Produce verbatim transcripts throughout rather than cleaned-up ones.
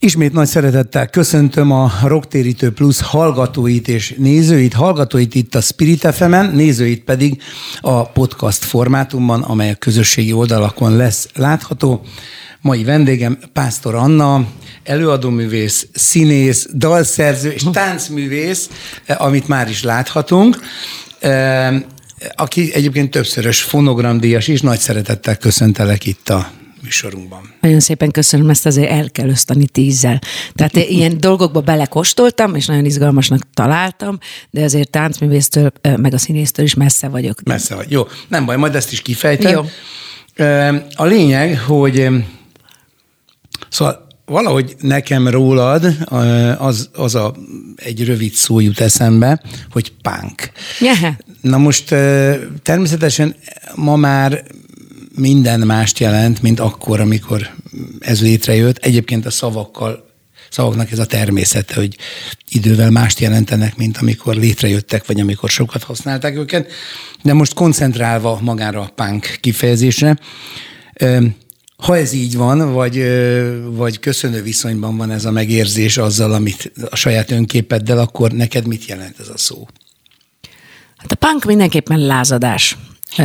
Ismét nagy szeretettel köszöntöm a Rocktérítő Plus hallgatóit és nézőit. Hallgatóit itt a Spirit ef emen, nézőit pedig a podcast formátumban, amely a közösségi oldalakon lesz látható. Mai vendégem Pásztor Anna, előadóművész, színész, dalszerző és táncművész, amit már is láthatunk, aki egyébként többszörös fonogramdíjas is. Nagy szeretettel köszöntelek itt a műsorunkban. Nagyon szépen köszönöm, ezt azért el kell osztani tízzel. Tehát ilyen dolgokba belekóstoltam, és nagyon izgalmasnak találtam, de azért táncművésztől, meg a színésztől is messze vagyok. Messze vagy. Jó, nem baj, majd ezt is kifejtem. Jó. A lényeg, hogy szóval valahogy nekem rólad az, az a, egy rövid szó jut eszembe, hogy punk. Yeah. Na most természetesen ma már minden mást jelent, mint akkor, amikor ez létrejött. Egyébként a szavakkal, szavaknak ez a természete, hogy idővel mást jelentenek, mint amikor létrejöttek, vagy amikor sokat használták őket. De most koncentrálva magára a punk kifejezésre, ha ez így van, vagy, vagy köszönő viszonyban van ez a megérzés azzal, amit a saját önképeddel, akkor neked mit jelent ez a szó? Hát a punk mindenképpen lázadás.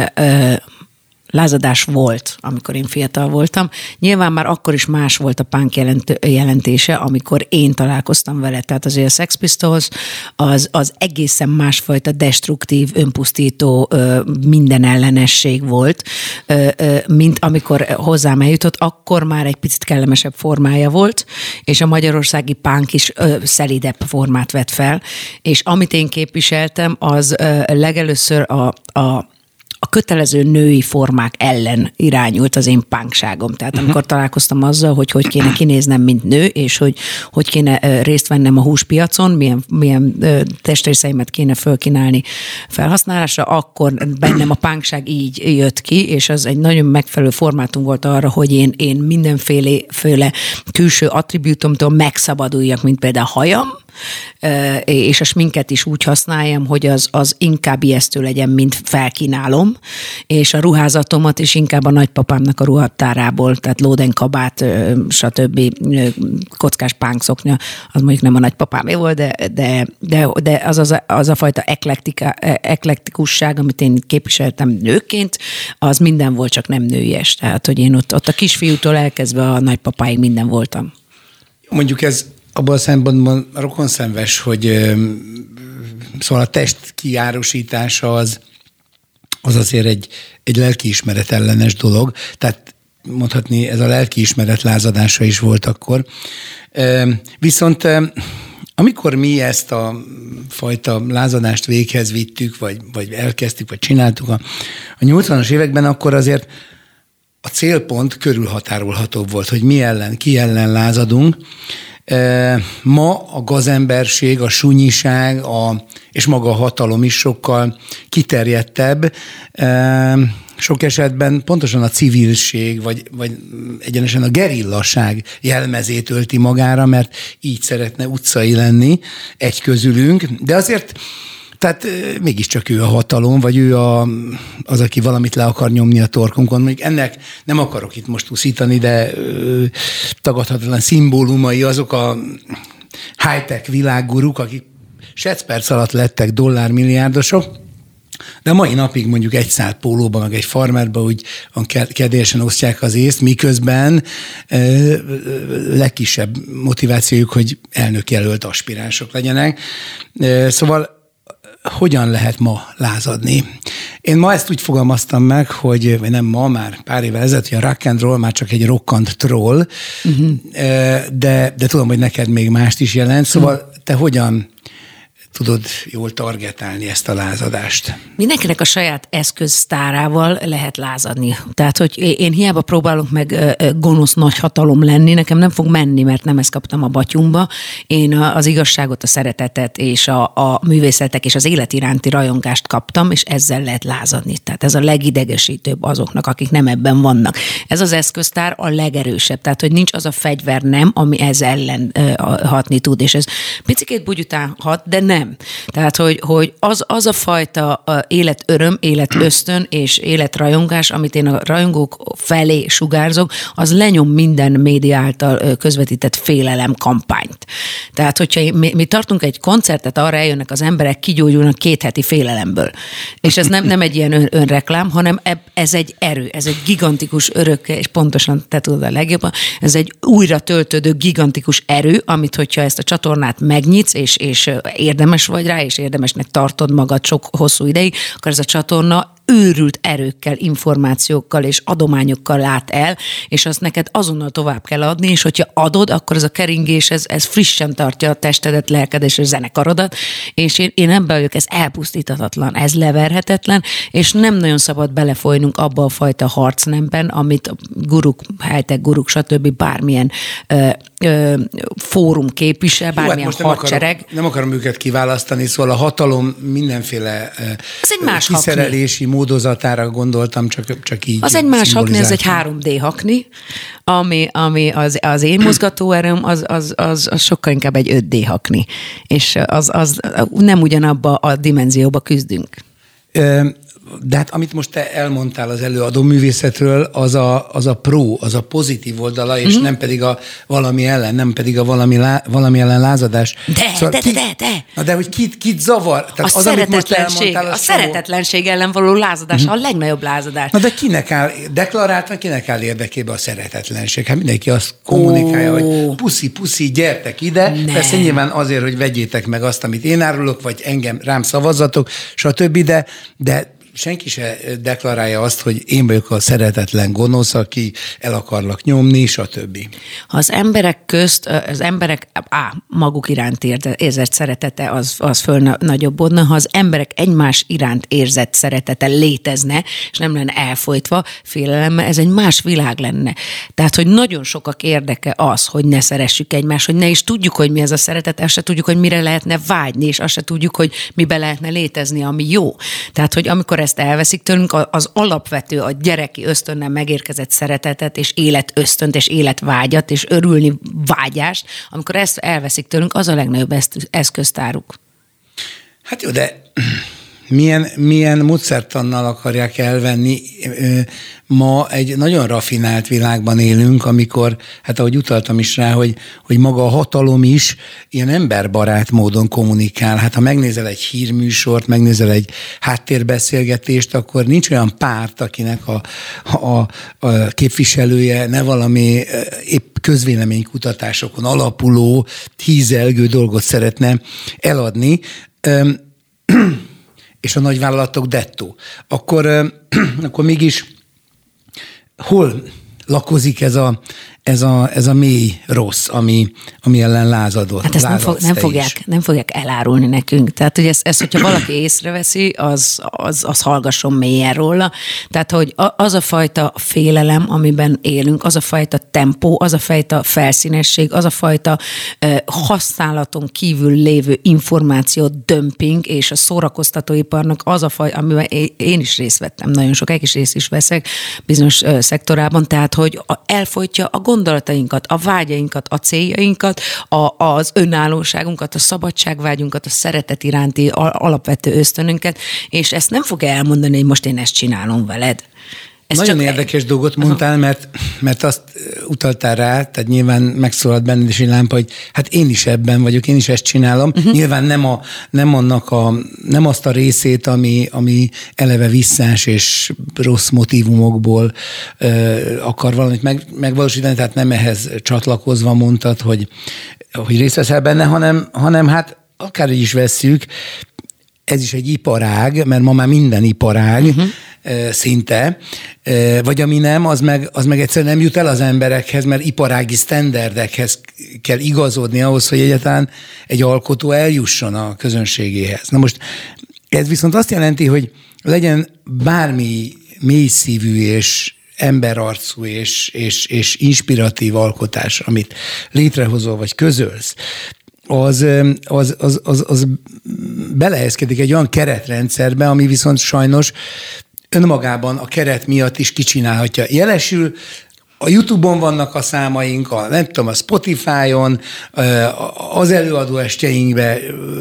Lázadás volt, amikor én fiatal voltam. Nyilván már akkor is más volt a punk jelent, jelentése, amikor én találkoztam vele. Tehát azért a Sex Pistols az, az egészen másfajta destruktív, önpusztító, minden ellenesség volt, mint amikor hozzám eljutott, akkor már egy picit kellemesebb formája volt, és a magyarországi punk is szelidebb formát vett fel, és amit én képviseltem, az legelőször a, a a kötelező női formák ellen irányult az én punkságom. Tehát amikor uh-huh. találkoztam azzal, hogy hogy kéne kinéznem, mint nő, és hogy hogy kéne részt vennem a húspiacon, milyen, milyen testrészeimet kéne fölkínálni felhasználásra, akkor bennem a punkság így jött ki, és az egy nagyon megfelelő formátum volt arra, hogy én, én mindenféle külső attribútumtól megszabaduljak, mint például a hajam, és a sminket is úgy használjam, hogy az, az inkább ijesztő legyen, mint felkínálom, és a ruházatomat is inkább a nagypapámnak a ruhatárából, tehát lódenkabát, stb. Kockás pánkszoknya, az mondjuk nem a nagypapámé volt, de, de, de, de az, az, a, az a fajta eklektikusság, amit én képviseltem nőként, az minden volt, csak nem nőies. Tehát, hogy én ott, ott a kisfiútól elkezdve a nagypapáig minden voltam. Mondjuk ez abban a szempontban rokonszenves, hogy szóval a test kiárusítása az, az azért egy, egy lelkiismeret ellenes dolog, tehát mondhatni ez a lelkiismeret lázadása is volt akkor. Viszont amikor mi ezt a fajta lázadást véghez vittük, vagy, vagy elkezdtük, vagy csináltuk a, a nyolcvanas években, akkor azért a célpont körülhatárolhatóbb volt, hogy mi ellen, ki ellen lázadunk. Ma a gazemberség, a sunyiság a, és maga a hatalom is sokkal kiterjedtebb. Sok esetben pontosan a civilség, vagy, vagy egyenesen a gerillaság jelmezét ölti magára, mert így szeretne utcai lenni egy közülünk. De azért, tehát mégiscsak ő a hatalom, vagy ő a, az, aki valamit le akar nyomni a torkunkon. Mondjuk ennek nem akarok itt most uszítani, de ö, tagadhatatlan szimbólumai azok a high-tech világguruk, akik secperc alatt lettek dollármilliárdosok, de a mai napig mondjuk egy szál pólóban, meg egy farmerban úgy kedélyesen osztják az észt, miközben ö, legkisebb motivációjuk, hogy elnökjelölt aspiránsok legyenek. Ö, szóval hogyan lehet ma lázadni? Én ma ezt úgy fogalmaztam meg, hogy vagy nem ma, már pár évvel ezelőtt, hogy a rock and roll már csak egy rokkant troll, uh-huh. de, de tudom, hogy neked még mást is jelent. Szóval uh-huh. te hogyan tudod jól targetálni ezt a lázadást? Mindenkinek a saját eszköztárával lehet lázadni. Tehát, hogy én hiába próbálok meg gonosz nagy hatalom lenni, nekem nem fog menni, mert nem ezt kaptam a batyumba. Én az igazságot, a szeretetet és a, a művészetek és az élet iránti rajongást kaptam, és ezzel lehet lázadni. Tehát ez a legidegesítőbb azoknak, akik nem ebben vannak. Ez az eszköztár a legerősebb. Tehát, hogy nincs az a fegyver nem, ami ez ellen hatni tud. És ez picikét bugyután hat, de nem. nem. Tehát, hogy, hogy az, az a fajta életöröm, életösztön és életrajongás, amit én a rajongók felé sugárzok, az lenyom minden média által közvetített félelem kampányt. Tehát, hogyha mi, mi tartunk egy koncertet, arra eljönnek az emberek, kigyógyulnak két heti félelemből. És ez nem, nem egy ilyen ön, önreklám, hanem ez egy erő, ez egy gigantikus örökké, és pontosan te tudod a legjobban, ez egy újra töltődő gigantikus erő, amit hogyha ezt a csatornát megnyitsz, és, és érdemes vagy rá, és érdemesnek tartod magad sok hosszú ideig, akkor ez a csatorna őrült erőkkel, információkkal és adományokkal lát el, és azt neked azonnal tovább kell adni, és hogyha adod, akkor ez a keringés, ez, ez frissen tartja a testedet, lelkedet és a zenekarodat, és én, én ebben vagyok, ez elpusztíthatatlan, ez leverhetetlen, és nem nagyon szabad belefolynunk abba a fajta harcnemben, amit a guruk, high-tech guruk, stb. Bármilyen ö, ö, fórum képvisel, bármilyen Jó, hát most hadsereg. Nem akarom, nem akarom őket kiválasztani, szóval a hatalom mindenféle ez egy más kiszerelési hakni. Módozatára gondoltam, csak, csak így. Az egy más hakni, ez egy három dé hakni, ami, ami az, az én mozgatóerőm, az, az, az, az sokkal inkább egy öt dé hakni. És az, az nem ugyanabba a dimenzióba küzdünk. Ö, De hát amit most te elmondtál az előadó művészetről, az a, az a pro, az a pozitív oldala, és mm-hmm. nem pedig a valami ellen, nem pedig a valami, lá, valami ellen lázadás. De, szóval de, ki, de, de, de. Na de hogy kit, kit zavar? Tehát a az, szeretetlenség, a szeretetlenség ellen való lázadás, mm-hmm. a legnagyobb lázadás. Na de kinek áll, deklaráltan kinek áll érdekébe a szeretetlenség? Hát mindenki azt kommunikálja, oh. hogy puszi, puszi, gyertek ide. Ne. Persze nyilván azért, hogy vegyétek meg azt, amit én árulok, vagy engem rám szavazzatok, stb. De, de senki se deklarálja azt, hogy én vagyok a szeretetlen gonosz, aki el akarlak nyomni, stb. Ha az emberek közt, az emberek á, maguk iránt érzett szeretete, az, az föl nagyobbodna. Ha az emberek egymás iránt érzett szeretete létezne, és nem lenne elfolytva félelemmel, ez egy más világ lenne. Tehát, hogy nagyon sokak érdeke az, hogy ne szeressük egymást, hogy ne is tudjuk, hogy mi ez a szeretet, azt se tudjuk, hogy mire lehetne vágyni, és azt se tudjuk, hogy mibe lehetne létezni, ami jó. Tehát, hogy amikor ezt elveszik tőlünk, az alapvető, a gyereki ösztönnel megérkezett szeretetet, és életösztönt, és életvágyat, és örülni vágyást, amikor ezt elveszik tőlünk, az a legnagyobb eszköztáruk. Hát jó, de milyen, milyen módszertannal akarják elvenni? Ma egy nagyon rafinált világban élünk, amikor, hát ahogy utaltam is rá, hogy, hogy maga a hatalom is ilyen emberbarát módon kommunikál. Hát ha megnézel egy hírműsort, megnézel egy háttérbeszélgetést, akkor nincs olyan párt, akinek a, a, a képviselője ne valami épp közvéleménykutatásokon alapuló, hízelgő dolgot szeretne eladni, és a nagyvállalatok dettó. Akkor, akkor mégis hol lakozik ez a, ez a, ez a mély rossz, ami, ami ellen lázadott? Hát ezt nem, fog, nem, fogják, nem fogják elárulni nekünk. Tehát, hogy ezt, ezt hogyha valaki észreveszi, az, az, az hallgasson mélyen róla. Tehát, hogy az a fajta félelem, amiben élünk, az a fajta tempó, az a fajta felszínesség, az a fajta uh, használaton kívül lévő információ dömping, és a szórakoztatóiparnak az a faj, amiben én is részt vettem, nagyon sokáig is részt is veszek bizonyos uh, szektorában, tehát, hogy elfolytja a gondolatainkat, a vágyainkat, a céljainkat, a, az önállóságunkat, a szabadságvágyunkat, a szeretet iránti alapvető ösztönünket, és ezt nem fog elmondani, hogy most én ezt csinálom veled. Ez Nagyon érdekes egy... dolgot mondtál, mert, mert azt utaltál rá, tehát nyilván megszólalt benned is egy lámpa, hogy hát én is ebben vagyok, én is ezt csinálom. Uh-huh. Nyilván nem, a, nem, annak a, nem azt a részét, ami, ami eleve visszás és rossz motívumokból ö, akar valamit meg, megvalósítani, tehát nem ehhez csatlakozva mondtad, hogy, hogy részt veszel benne, hanem, hanem hát akár így is vesszük, ez is egy iparág, mert ma már minden iparág, uh-huh. szinte, vagy ami nem, az meg, az meg egyszerűen nem jut el az emberekhez, mert iparági sztenderdekhez kell igazodni ahhoz, hogy egyáltalán egy alkotó eljusson a közönségéhez. Na most ez viszont azt jelenti, hogy legyen bármi mélyszívű és emberarcú és, és, és inspiratív alkotás, amit létrehozol vagy közölsz, az, az, az, az, az belehelyezkedik egy olyan keretrendszerbe, ami viszont sajnos önmagában a keret miatt is kicsinálhatja. Jelesül a YouTube-on vannak a számaink, a, nem tudom, a Spotify-on, az előadóestjeinkbe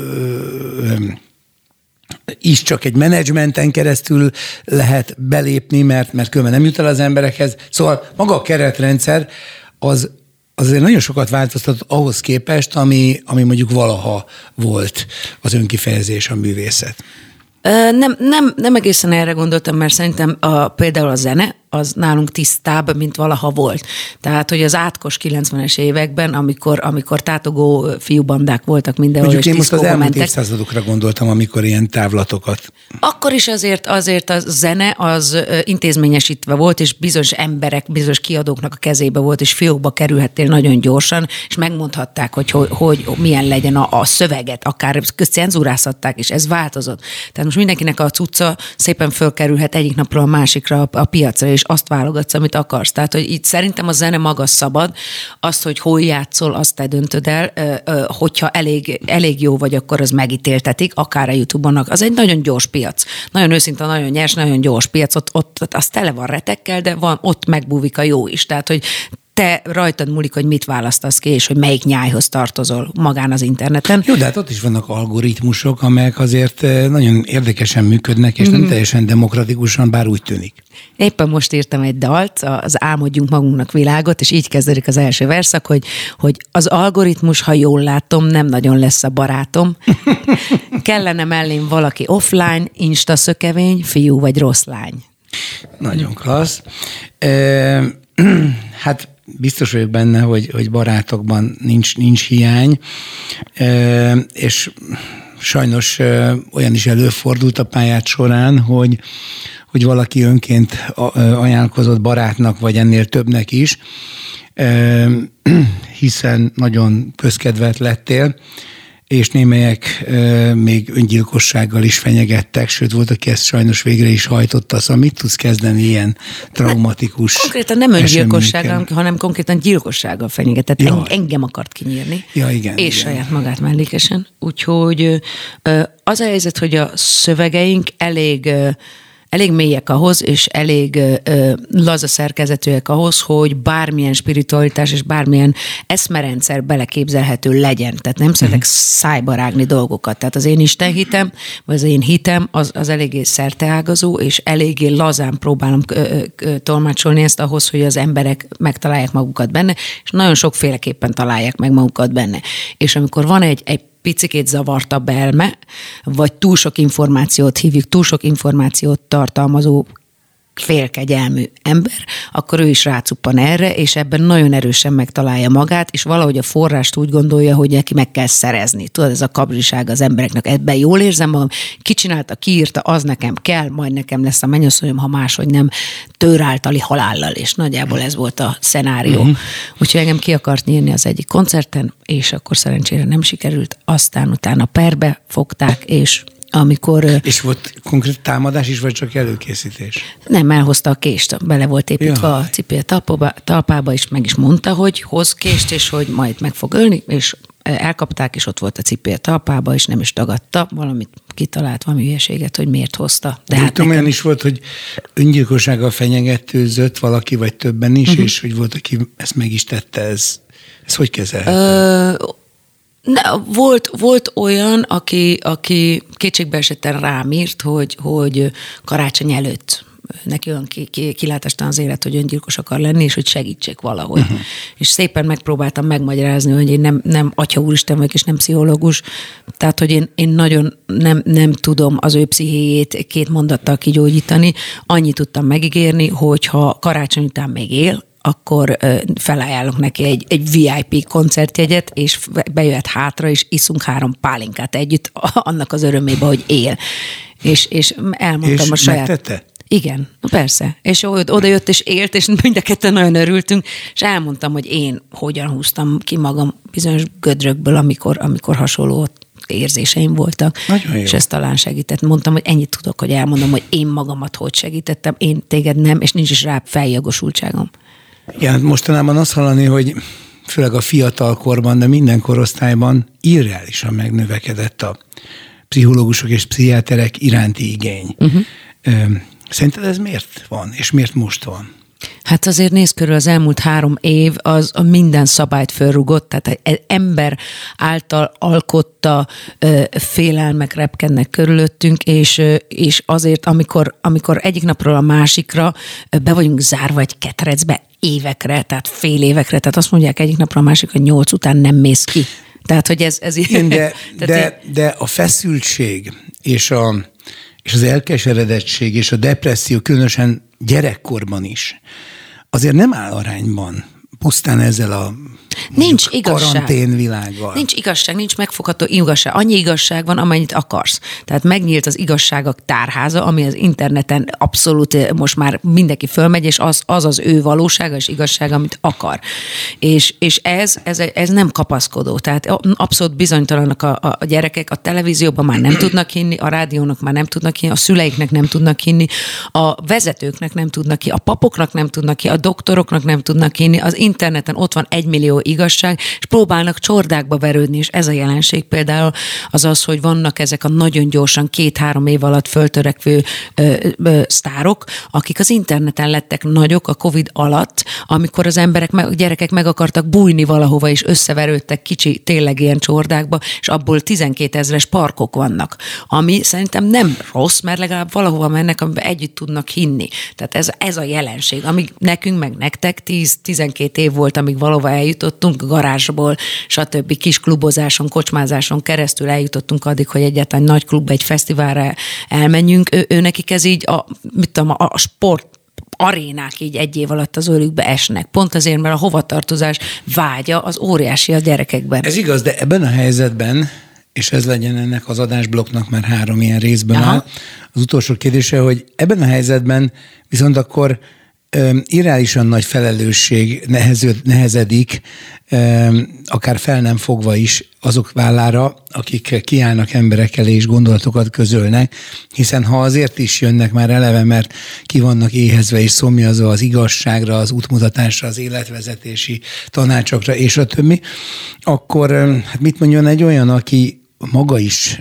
is csak egy menedzsmenten keresztül lehet belépni, mert, mert különben nem jut el az emberekhez. Szóval maga a keretrendszer az azért nagyon sokat változtat ahhoz képest, ami, ami mondjuk valaha volt az önkifejezés, a művészet. Nem, nem, nem egészen erre gondoltam, mert szerintem a, például a zene, az nálunk tisztább, mint valaha volt. Tehát, hogy az átkos kilencvenes években, amikor, amikor tátogó fiúbandák voltak mindenhol, mondjuk és én most az elmúlt mentek, évszázadokra gondoltam, amikor ilyen távlatokat. Akkor is azért, azért a zene az intézményesítve volt, és bizonyos emberek, bizonyos kiadóknak a kezébe volt, és fiókba kerülhettél nagyon gyorsan, és megmondhatták, hogy, hogy, hogy milyen legyen a, a szöveget, akár cenzúrázhatták, és ez változott. Tehát most mindenkinek a cucca szépen fölkerülhet egyik napról a másikra a, a piacra, és azt válogatsz, amit akarsz. Tehát, hogy itt szerintem a zene maga szabad, azt, hogy hol játszol, azt te döntöd el, hogyha elég, elég jó vagy, akkor az megítéltetik, akár a YouTube-on. Az egy nagyon gyors piac. Nagyon őszinte, nagyon nyers, nagyon gyors piac, ott, ott az tele van retekkel, de van, ott megbúvik a jó is. Tehát, hogy te rajtad múlik, hogy mit választasz ki, és hogy melyik nyájhoz tartozol magán az interneten. Jó, de hát ott is vannak algoritmusok, amelyek azért nagyon érdekesen működnek, és mm-hmm. nem teljesen demokratikusan, bár úgy tűnik. Éppen most írtam egy dalt, az Álmodjunk magunknak világot, és így kezdődik az első verszak, hogy, hogy az algoritmus, ha jól látom, nem nagyon lesz a barátom. Kellene mellém valaki offline, insta szökevény, fiú vagy rossz lány. Nagyon klassz. E, hát biztos vagyok benne, hogy, hogy barátokban nincs, nincs hiány, e, és sajnos e, olyan is előfordult a pályát során, hogy, hogy valaki önként ajánlkozott barátnak, vagy ennél többnek is, e, hiszen nagyon közkedvelt lettél, és némelyek e, még öngyilkossággal is fenyegettek, sőt volt, aki ezt sajnos végre is hajtotta. Szóval mit tudsz kezdeni ilyen traumatikus Konkrétan nem öngyilkossággal, hanem konkrétan gyilkossággal fenyegetett. Ja. Engem akart kinyírni. Ja, igen. És igen. saját magát mellékesen. Úgyhogy az a helyzet, hogy a szövegeink elég... elég mélyek ahhoz, és elég ö, laza szerkezetűek ahhoz, hogy bármilyen spiritualitás és bármilyen eszmerendszer beleképzelhető legyen. Tehát nem szeretek uh-huh. szájba rágni dolgokat. Tehát az én istenhitem, vagy az én hitem, az, az eléggé szerteágazó, és eléggé lazán próbálom ö, ö, tolmácsolni ezt ahhoz, hogy az emberek megtalálják magukat benne, és nagyon sokféleképpen találják meg magukat benne. És amikor van egy, egy picikét zavartabb elme, vagy túl sok információt hívjuk, túl sok információt tartalmazó félkegyelmű ember, akkor ő is rácuppan erre, és ebben nagyon erősen megtalálja magát, és valahogy a forrást úgy gondolja, hogy neki meg kell szerezni. Tudod, ez a kapzsiság az embereknek. Ebben jól érzem magam, ki csinálta, ki írta, az nekem kell, majd nekem lesz a mennyasszonyom, ha máshogy nem, tőr általi halállal, és nagyjából ez volt a szenárió. Uh-huh. Úgyhogy engem ki akart nyírni az egyik koncerten, és akkor szerencsére nem sikerült, aztán utána perbe fogták, és amikor... És volt konkrét támadás is, vagy csak előkészítés? Nem, elhozta a kést, bele volt építve ja. a cipő talpába, talpába, és meg is mondta, hogy hoz kést, és hogy majd meg fog ölni, és elkapták, és ott volt a cipő talpába, és nem is tagadta, valamit kitalált, valami hülyeséget, hogy miért hozta. De, De hát nekem... olyan is volt, hogy öngyilkossággal fenyegetőzött valaki, vagy többen is, uh-huh. és hogy volt, aki ezt meg is tette, ez, ez hogy kezelhető? Ö... Ne, volt, volt olyan, aki, aki kétségbeesetten rám írt, hogy, hogy karácsony előtt neki olyan ki, ki, kilátástalan az élet, hogy öngyilkos akar lenni, és hogy segítsék valahogy. Uh-huh. És szépen megpróbáltam megmagyarázni, hogy én nem, nem atya úristen vagyok, és nem pszichológus, tehát, hogy én, én nagyon nem, nem tudom az ő pszichéjét két mondattal kigyógyítani. Annyit tudtam megígérni, hogy ha karácsony után még él, akkor felajánlok neki egy, egy vé i pé koncertjegyet, és bejöhet hátra, és iszunk három pálinkát együtt annak az örömébe, hogy él. És, és elmondtam és a saját... megtette? Igen, persze. És oda jött és élt, és mind a ketten nagyon örültünk, és elmondtam, hogy én hogyan húztam ki magam bizonyos gödrökből, amikor, amikor hasonló érzéseim voltak. És ez talán segített. Mondtam, hogy ennyit tudok, hogy elmondom, hogy én magamat hogy segítettem, én téged nem, és nincs is rá feljogosultságom. Igen, mostanában azt hallani, hogy főleg a fiatal korban, de minden korosztályban irreálisan megnövekedett a pszichológusok és pszichiáterek iránti igény. Uh-huh. Szerinted ez miért van, és miért most van? Hát azért nézd körül, az elmúlt három év az a minden szabályt fölrugott, tehát egy ember által alkotta ö, félelmek repkednek körülöttünk, és, ö, és azért, amikor, amikor egyik napról a másikra ö, be vagyunk zárva egy ketrecbe évekre, tehát fél évekre, tehát azt mondják egyik napról a másikra, nyolc után nem mész ki. Tehát, hogy ez... ez Igen, de, de, de a feszültség és, a, és az elkeseredettség és a depresszió, különösen gyerekkorban is, azért nem áll arányban pusztán ezzel a nincs igazság. Karanténvilággal. Nincs igazság, nincs megfogható igazság. Annyi igazság van, amennyit akarsz. Tehát megnyílt az igazságok tárháza, ami az interneten abszolút most már mindenki fölmegy, és az az, az ő valósága és igazsága, amit akar. És, és ez, ez, ez nem kapaszkodó. Tehát abszolút bizonytalanak a, a gyerekek, a televízióban már nem tudnak hinni, a rádiónak már nem tudnak hinni, a szüleiknek nem tudnak hinni, a vezetőknek nem tudnak hinni, a papoknak nem tudnak hinni, a doktoroknak nem tudnak hinni, az interneten ott van egy millió igazság, és próbálnak csordákba verődni, és ez a jelenség például az az, hogy vannak ezek a nagyon gyorsan két-három év alatt föltörekvő ö, ö, sztárok, akik az interneten lettek nagyok a Covid alatt, amikor az emberek, a gyerekek meg akartak bújni valahova, és összeverődtek kicsi, tényleg ilyen csordákba, és abból tizenkétezres parkok vannak, ami szerintem nem rossz, mert legalább valahova mennek, amiben együtt tudnak hinni. Tehát ez, ez a jelenség, amíg nekünk, meg nektek tíz-tizenkét év volt, amíg valahova eljutottunk, garázsból, stb. Kis klubozáson, kocsmázáson keresztül eljutottunk addig, hogy egyáltalán nagy klubba, egy fesztiválra elmenjünk. Ő, ő nekik ez így a, mit tudom, a sport arénák így egy év alatt az őrükbe esnek. Pont azért, mert a hovatartozás vágya az óriási a gyerekekben. Ez igaz, de ebben a helyzetben, és ez legyen ennek az adásblokknak már három ilyen részben áll, az utolsó kérdése, hogy ebben a helyzetben viszont akkor irreálisan nagy felelősség nehezed, nehezedik, akár fel nem fogva is azok vállára, akik kiállnak emberek elé és gondolatokat közölnek, hiszen ha azért is jönnek már eleve, mert ki vannak éhezve és szomjazva az igazságra, az útmutatásra, az életvezetési tanácsokra és a többi, akkor hát mit mondjon egy olyan, aki maga is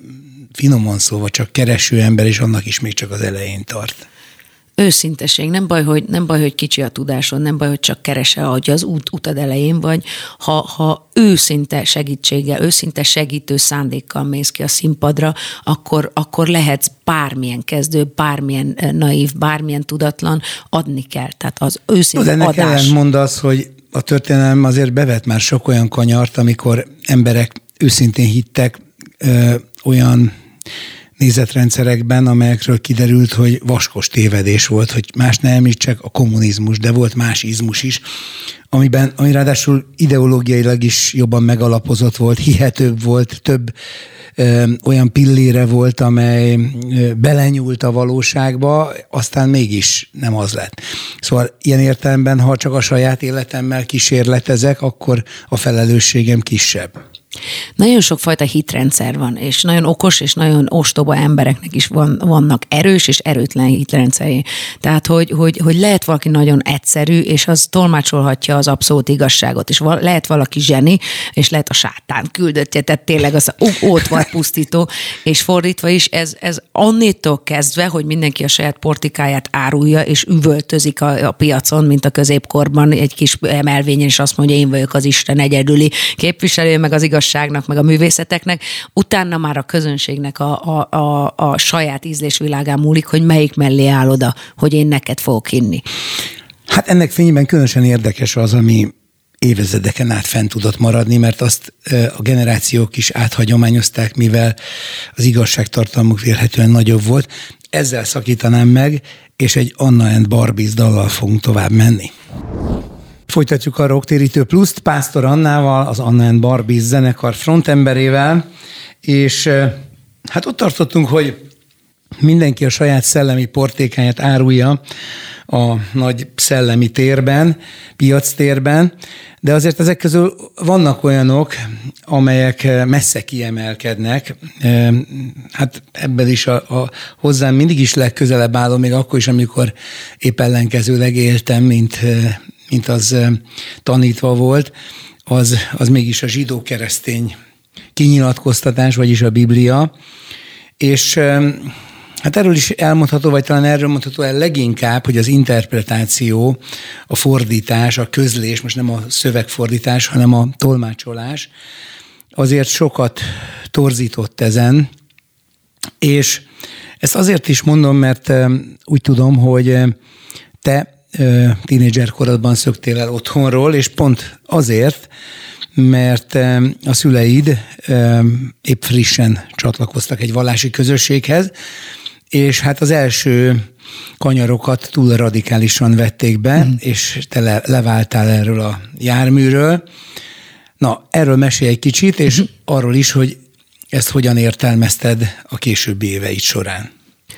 finoman szóval csak kereső ember, és annak is még csak az elején tart. Őszinteség. Nem baj, hogy, nem baj, hogy kicsi a tudásod, nem baj, hogy csak keresel, hogy az út, utad elején vagy. Ha, ha őszinte segítséggel, őszinte segítő szándékkal mész ki a színpadra, akkor, akkor lehetsz bármilyen kezdő, bármilyen naív, bármilyen tudatlan, adni kell. Tehát az őszinte ennek adás. Ennek ellen mondasz, hogy a történelem azért bevet már sok olyan kanyart, amikor emberek őszintén hittek ö, olyan nézetrendszerekben, amelyekről kiderült, hogy vaskos tévedés volt, hogy más nem említsek, a kommunizmus, de volt más izmus is, amiben, ami ráadásul ideológiailag is jobban megalapozott volt, hihetőbb volt, több ö, olyan pillére volt, amely ö, belenyúlt a valóságba, aztán mégis nem az lett. Szóval ilyen értelemben, ha csak a saját életemmel kísérletezek, akkor a felelősségem kisebb. Nagyon sokfajta hitrendszer van, és nagyon okos és nagyon ostoba embereknek is van, vannak erős és erőtlen hitrendszerei. Tehát, hogy, hogy, hogy lehet valaki nagyon egyszerű, és az tolmácsolhatja az abszolút igazságot, és val- lehet valaki zseni, és lehet a sátán küldöttje, tehát tényleg az ótvar pusztító, és fordítva is, ez, ez annétól kezdve, hogy mindenki a saját portikáját árulja, és üvöltözik a, a piacon, mint a középkorban egy kis emelvényen, és azt mondja, én vagyok az Isten egyedüli képviselő, meg az igazságnak, meg a művészeteknek, utána már a közönségnek a, a, a, a saját ízlésvilágán múlik, hogy melyik mellé áll oda, hogy én neked fogok hinni. Hát ennek fényében különösen érdekes az, ami évezredeken át fent tudott maradni, mert azt a generációk is áthagyományozták, mivel az igazságtartalmuk vélhetően nagyobb volt. Ezzel szakítanám meg, és egy Anna and Barbies dallal fogunk tovább menni. Folytatjuk a Rocktérítő Pluszt Pásztor Annával, az Anna and Barbies zenekar frontemberével, és hát ott tartottunk, hogy mindenki a saját szellemi portékáját árulja a nagy szellemi térben, piactérben, de azért ezek közül vannak olyanok, amelyek messze kiemelkednek. Hát ebben is a, a hozzám mindig is legközelebb álló, még akkor is, amikor épp ellenkezőleg éltem, mint mint az tanítva volt, az, az mégis a zsidó-keresztény kinyilatkoztatás, vagyis a Biblia. És Hát erről is elmondható, vagy talán erről mondható el leginkább, hogy az interpretáció, a fordítás, a közlés, most nem a szövegfordítás, hanem a tolmácsolás, azért sokat torzított ezen, és ezt azért is mondom, mert úgy tudom, hogy te tínédzser korodban szöktél el otthonról, és pont azért, mert a szüleid épp frissen csatlakoztak egy vallási közösséghez, és hát az első kanyarokat túl radikálisan vették be, mm. és te le, leváltál erről a járműről. Na, erről mesélj egy kicsit, és mm. arról is, hogy ezt hogyan értelmezted a későbbi éveid során.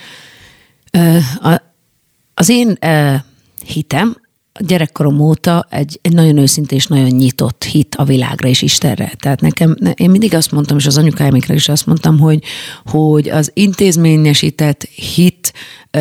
Az én hitem a gyerekkorom óta egy, egy nagyon őszinte és nagyon nyitott hit a világra és Istenre. Tehát nekem, én mindig azt mondtam, és az anyukáimikra is azt mondtam, hogy, hogy az intézményesített hit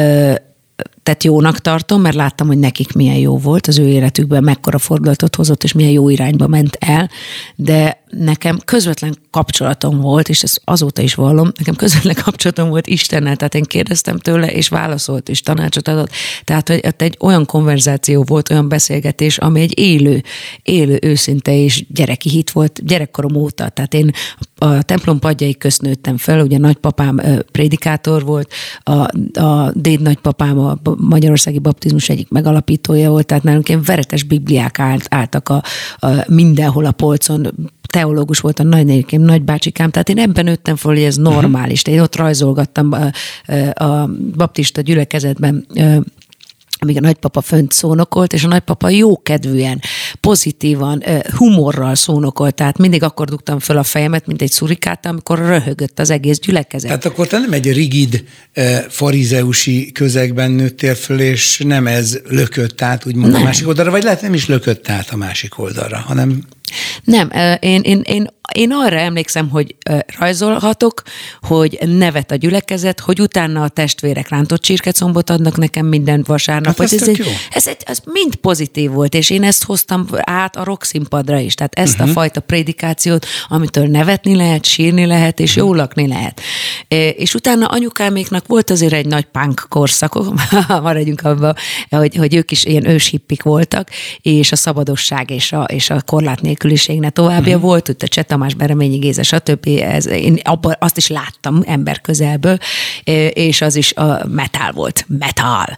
tehát jónak tartom, mert láttam, hogy nekik milyen jó volt, az ő életükben mekkora fordulatot hozott, és milyen jó irányba ment el, de nekem közvetlen kapcsolatom volt, és ezt azóta is vallom, nekem közvetlen kapcsolatom volt Istennel, tehát én kérdeztem tőle, és válaszolt, és tanácsot adott. Tehát, hogy egy olyan konverzáció volt, olyan beszélgetés, ami egy élő, élő, őszinte és gyereki hit volt gyerekkorom óta. Tehát én a templom padjai közt nőttem fel, ugye nagypapám prédikátor volt, a, a déd nagypapám a magyarországi baptizmus egyik megalapítója volt, tehát nálunk ilyen veretes bibliák állt, álltak a, a mindenhol a polcon, teológus volt a nagynénikém, nagybácsikám, tehát én ebben nőttem fel, hogy ez normális. Én ott rajzolgattam a, a baptista gyülekezetben, amíg a nagypapa fönt szónokolt, és a nagypapa jókedvűen, pozitívan, humorral szónokolt, tehát mindig akkor dugtam föl a fejemet, mint egy szurikát, amikor röhögött az egész gyülekezet. Tehát akkor te nem egy rigid farizeusi közegben nőttél föl, és nem ez lökött át, úgymond nem. a másik oldalra, vagy lehet nem is lökött át a másik oldalra, hanem... Nem, én, én, én, én arra emlékszem, hogy rajzolhatok, hogy nevet a gyülekezet, hogy utána a testvérek rántott csirkecombot adnak nekem minden vasárnap. Hát ez, ez, egy, ez, egy, ez mind pozitív volt, és én ezt hoztam át a rockszínpadra is. Tehát ezt uh-huh. a fajta prédikációt, amitől nevetni lehet, sírni lehet, és uh-huh. jól lakni lehet. És utána anyukáméknak volt azért egy nagy punk korszak, maradjunk abban, hogy, hogy ők is ilyen őshippik voltak, és a szabadosság és a, és a korlát nélküliségnek továbbja uh-huh. volt, ott a Cseh Tamás, Bereményi Géza, stb. Ez, én abban azt is láttam ember közelből, és az is a metal volt, metal.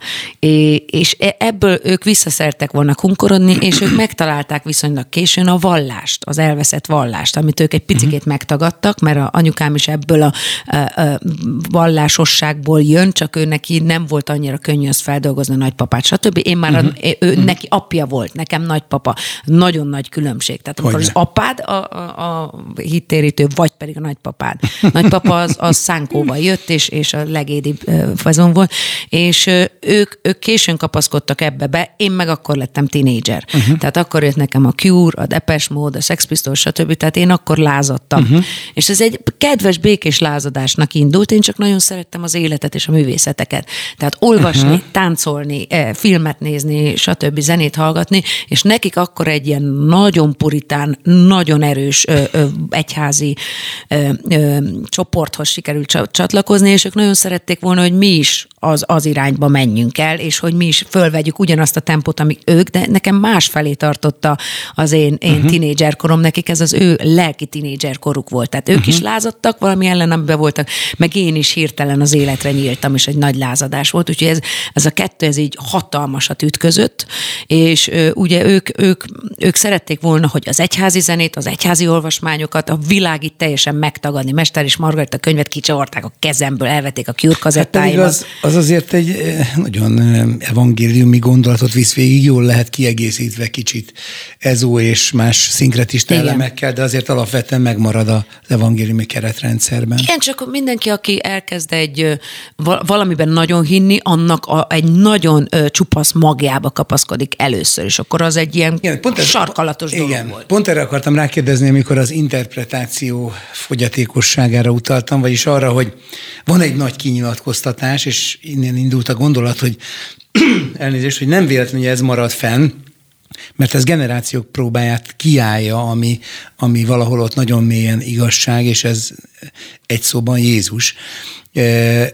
És ebből ők visszaszertek volna kunkorodni, és ők megtalálták viszonylag későn a vallást, az elveszett vallást, amit ők egy picikét uh-huh. megtagadtak, mert a anyukám is ebből a, a, a vallásosságból jön, csak ő neki nem volt annyira könnyű azt feldolgozni, a nagypapát, stb. Én már uh-huh. a, ő, uh-huh. neki apja volt, nekem nagypapa. Nagyon nagy különbség. Tehát amikor az apád a, a, a hittérítő, vagy pedig a nagypapád. Nagypapa az, az szánkóval jött, és, és a legédibb fazon volt, és ők, ők későn kapaszkodtak ebbe be, én meg akkor lettem tínédzser. Uh-huh. Tehát akkor jött nekem a Cure, a Depeche Mode, a Sex Pistols, stb. Tehát én akkor lázadtam. Uh-huh. És ez egy kedves, békés lázadásnak indult, én csak nagyon szerettem az életet és a művészeteket. Tehát olvasni, uh-huh. táncolni, filmet nézni, stb. Zenét hallgatni, és nekik akkor egy ilyen nagyon puritán, nagyon erős ö, ö, egyházi ö, ö, csoporthoz sikerült csatlakozni, és ők nagyon szerették volna, hogy mi is az, az irányba menjünk el, és hogy mi is fölvegyük ugyanazt a tempót, amik ők, de nekem másfelé tartotta az én, én uh-huh. tínédzserkorom, nekik ez az ő lelki tínédzserkoruk volt. Tehát ők uh-huh. is lázadtak valami ellen, amiben voltak, meg én is hirtelen az életre nyíltam, és egy nagy lázadás volt, úgyhogy ez, ez a kettő, ez így hatalmasat ütközött, és ö, ugye ők, ők, ők szerették volna, hogy az egyházi zenét, az egyházi olvasmányokat, a világit teljesen megtagadni. Mester és Margarita könyvet kicsavarták a kezemből, elvették a Cure kazettáimat. Hát az, az azért egy nagyon evangéliumi gondolatot visz végig, jól lehet kiegészítve kicsit ezó és más szinkretista Igen. elemekkel, de azért alapvetően megmarad az evangéliumi keretrendszerben. Igen, csak mindenki, aki elkezd egy valamiben nagyon hinni, annak a, egy nagyon csupasz magjába kapaszkodik először, és akkor az egy ilyen Igen, pont ez, sarkalatos igen, dolog volt. Pont erre akartam rákérdezni, amikor az interpretáció fogyatékosságára utaltam, vagyis arra, hogy van egy nagy kinyilatkoztatás, és innen indult a gondolat, hogy elnézést, hogy nem véletlenül, hogy ez marad fenn, mert ez generációk próbáját kiállja, ami, ami valahol ott nagyon mélyen igazság, és ez egy szóban Jézus.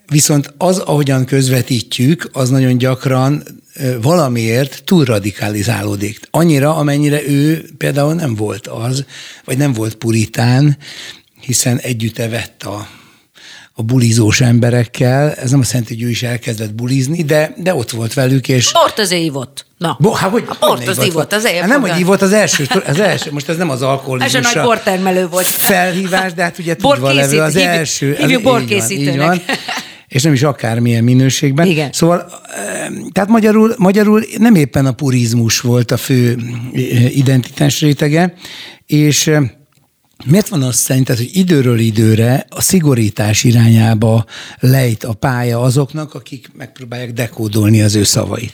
Viszont az, ahogyan közvetítjük, az nagyon gyakran valamiért túl radikalizálódik. Annyira, amennyire ő például nem volt az, vagy nem volt puritán, hiszen együtt evett a, a bulizós emberekkel. Ez nem azt jelenti, hogy ő is elkezdett bulizni, de, de ott volt velük, és... Bort az ívott. Na. Bo, hát, hogy, a bort az ívott, az hát nem, hogy ívott, az első, az első, most ez nem az alkoholizmusra. Ez a nagy bortermelő volt. Felhívás, de hát ugye tudva levő az hívjuk, első. Hívjuk borkészítőnek. És nem is akármilyen minőségben. Igen. Szóval, tehát magyarul, magyarul nem éppen a purizmus volt a fő identitás rétege, és miért van azt szerinted, hogy időről időre a szigorítás irányába lejt a pálya azoknak, akik megpróbálják dekódolni az ő szavait?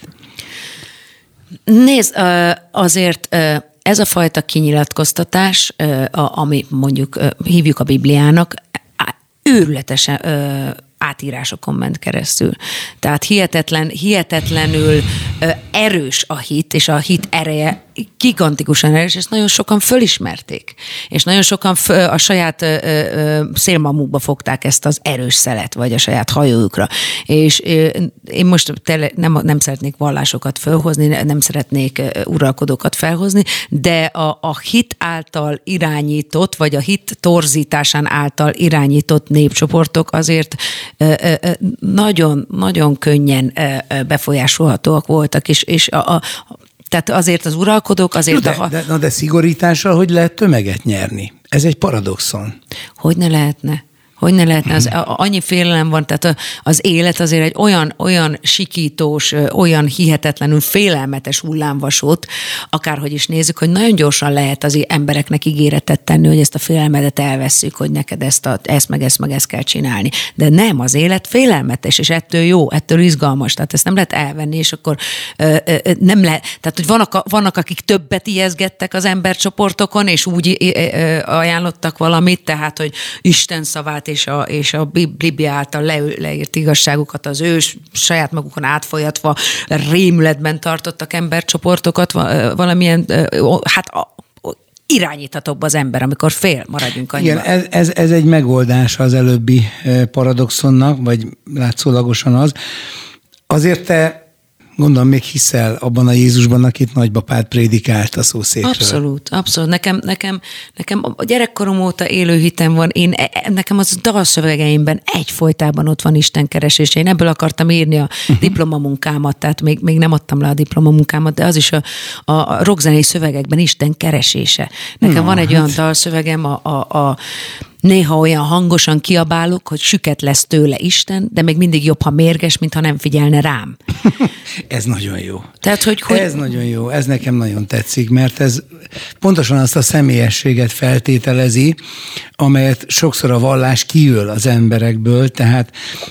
Nézd, azért ez a fajta kinyilatkoztatás, ami mondjuk hívjuk a Bibliának, őrületesen átírásokon ment keresztül. Tehát hihetetlen, hihetetlenül erős a hit, és a hit ereje gigantikusan erős, és nagyon sokan fölismerték. És nagyon sokan föl, a saját ö, ö, szélmamukba fogták ezt az erős szelet, vagy a saját hajójukra. És ö, én most tele, nem, nem szeretnék vallásokat felhozni, nem szeretnék uralkodókat felhozni, de a, a hit által irányított, vagy a hit torzításán által irányított népcsoportok azért ö, ö, nagyon, nagyon könnyen ö, befolyásolhatóak voltak, és, és a, a tehát azért az uralkodók, azért de, a... De, de, de szigorítással hogy lehet tömeget nyerni? Ez egy paradoxon. Hogy ne lehetne? Hogy ne lehetne? Az, annyi félelem van, tehát az élet azért egy olyan, olyan sikítós, olyan hihetetlenül félelmetes hullámvasút, akárhogy is nézzük, hogy nagyon gyorsan lehet az embereknek ígéretet tenni, hogy ezt a félelmedet elvesszük, hogy neked ezt, a, ezt meg ezt meg ezt kell csinálni. De nem, az élet félelmetes, és ettől jó, ettől izgalmas, tehát ezt nem lehet elvenni, és akkor ö, ö, nem lehet, tehát hogy vannak, vannak, akik többet ijeszgettek az embercsoportokon, és úgy ö, ö, ajánlottak valamit, tehát, hogy Isten szavát és a, és a Biblia által le, leírt igazságukat az ő saját magukon átfolyatva rémületben tartottak embercsoportokat, valamilyen, hát irányíthatóbb az ember, amikor fél, maradjunk annyiban. Igen, ez, ez, ez egy megoldás az előbbi paradoxonnak, vagy látszólagosan az. Azért te gondolom, még hiszel abban a Jézusban, akit nagybapád prédikált a szószékről. Abszolút, abszolút. Nekem, nekem, nekem a gyerekkorom óta élő hitem van. Én, nekem az dalszövegeimben egyfolytában ott van Isten keresése. Én ebből akartam írni a uh-huh. diplomamunkámat, tehát még, még nem adtam le a diplomamunkámat, de az is a, a rockzenei szövegekben Isten keresése. Nekem Na, van egy hát. olyan dalszövegem, a, a, a néha olyan hangosan kiabálok, hogy süket lesz tőle Isten, de még mindig jobb, ha mérges, mint ha nem figyelne rám. Ez nagyon jó. Tehát, hogy, hogy... Ez nagyon jó, ez nekem nagyon tetszik, mert ez pontosan azt a személyességet feltételezi, amelyet sokszor a vallás kiöl az emberekből, tehát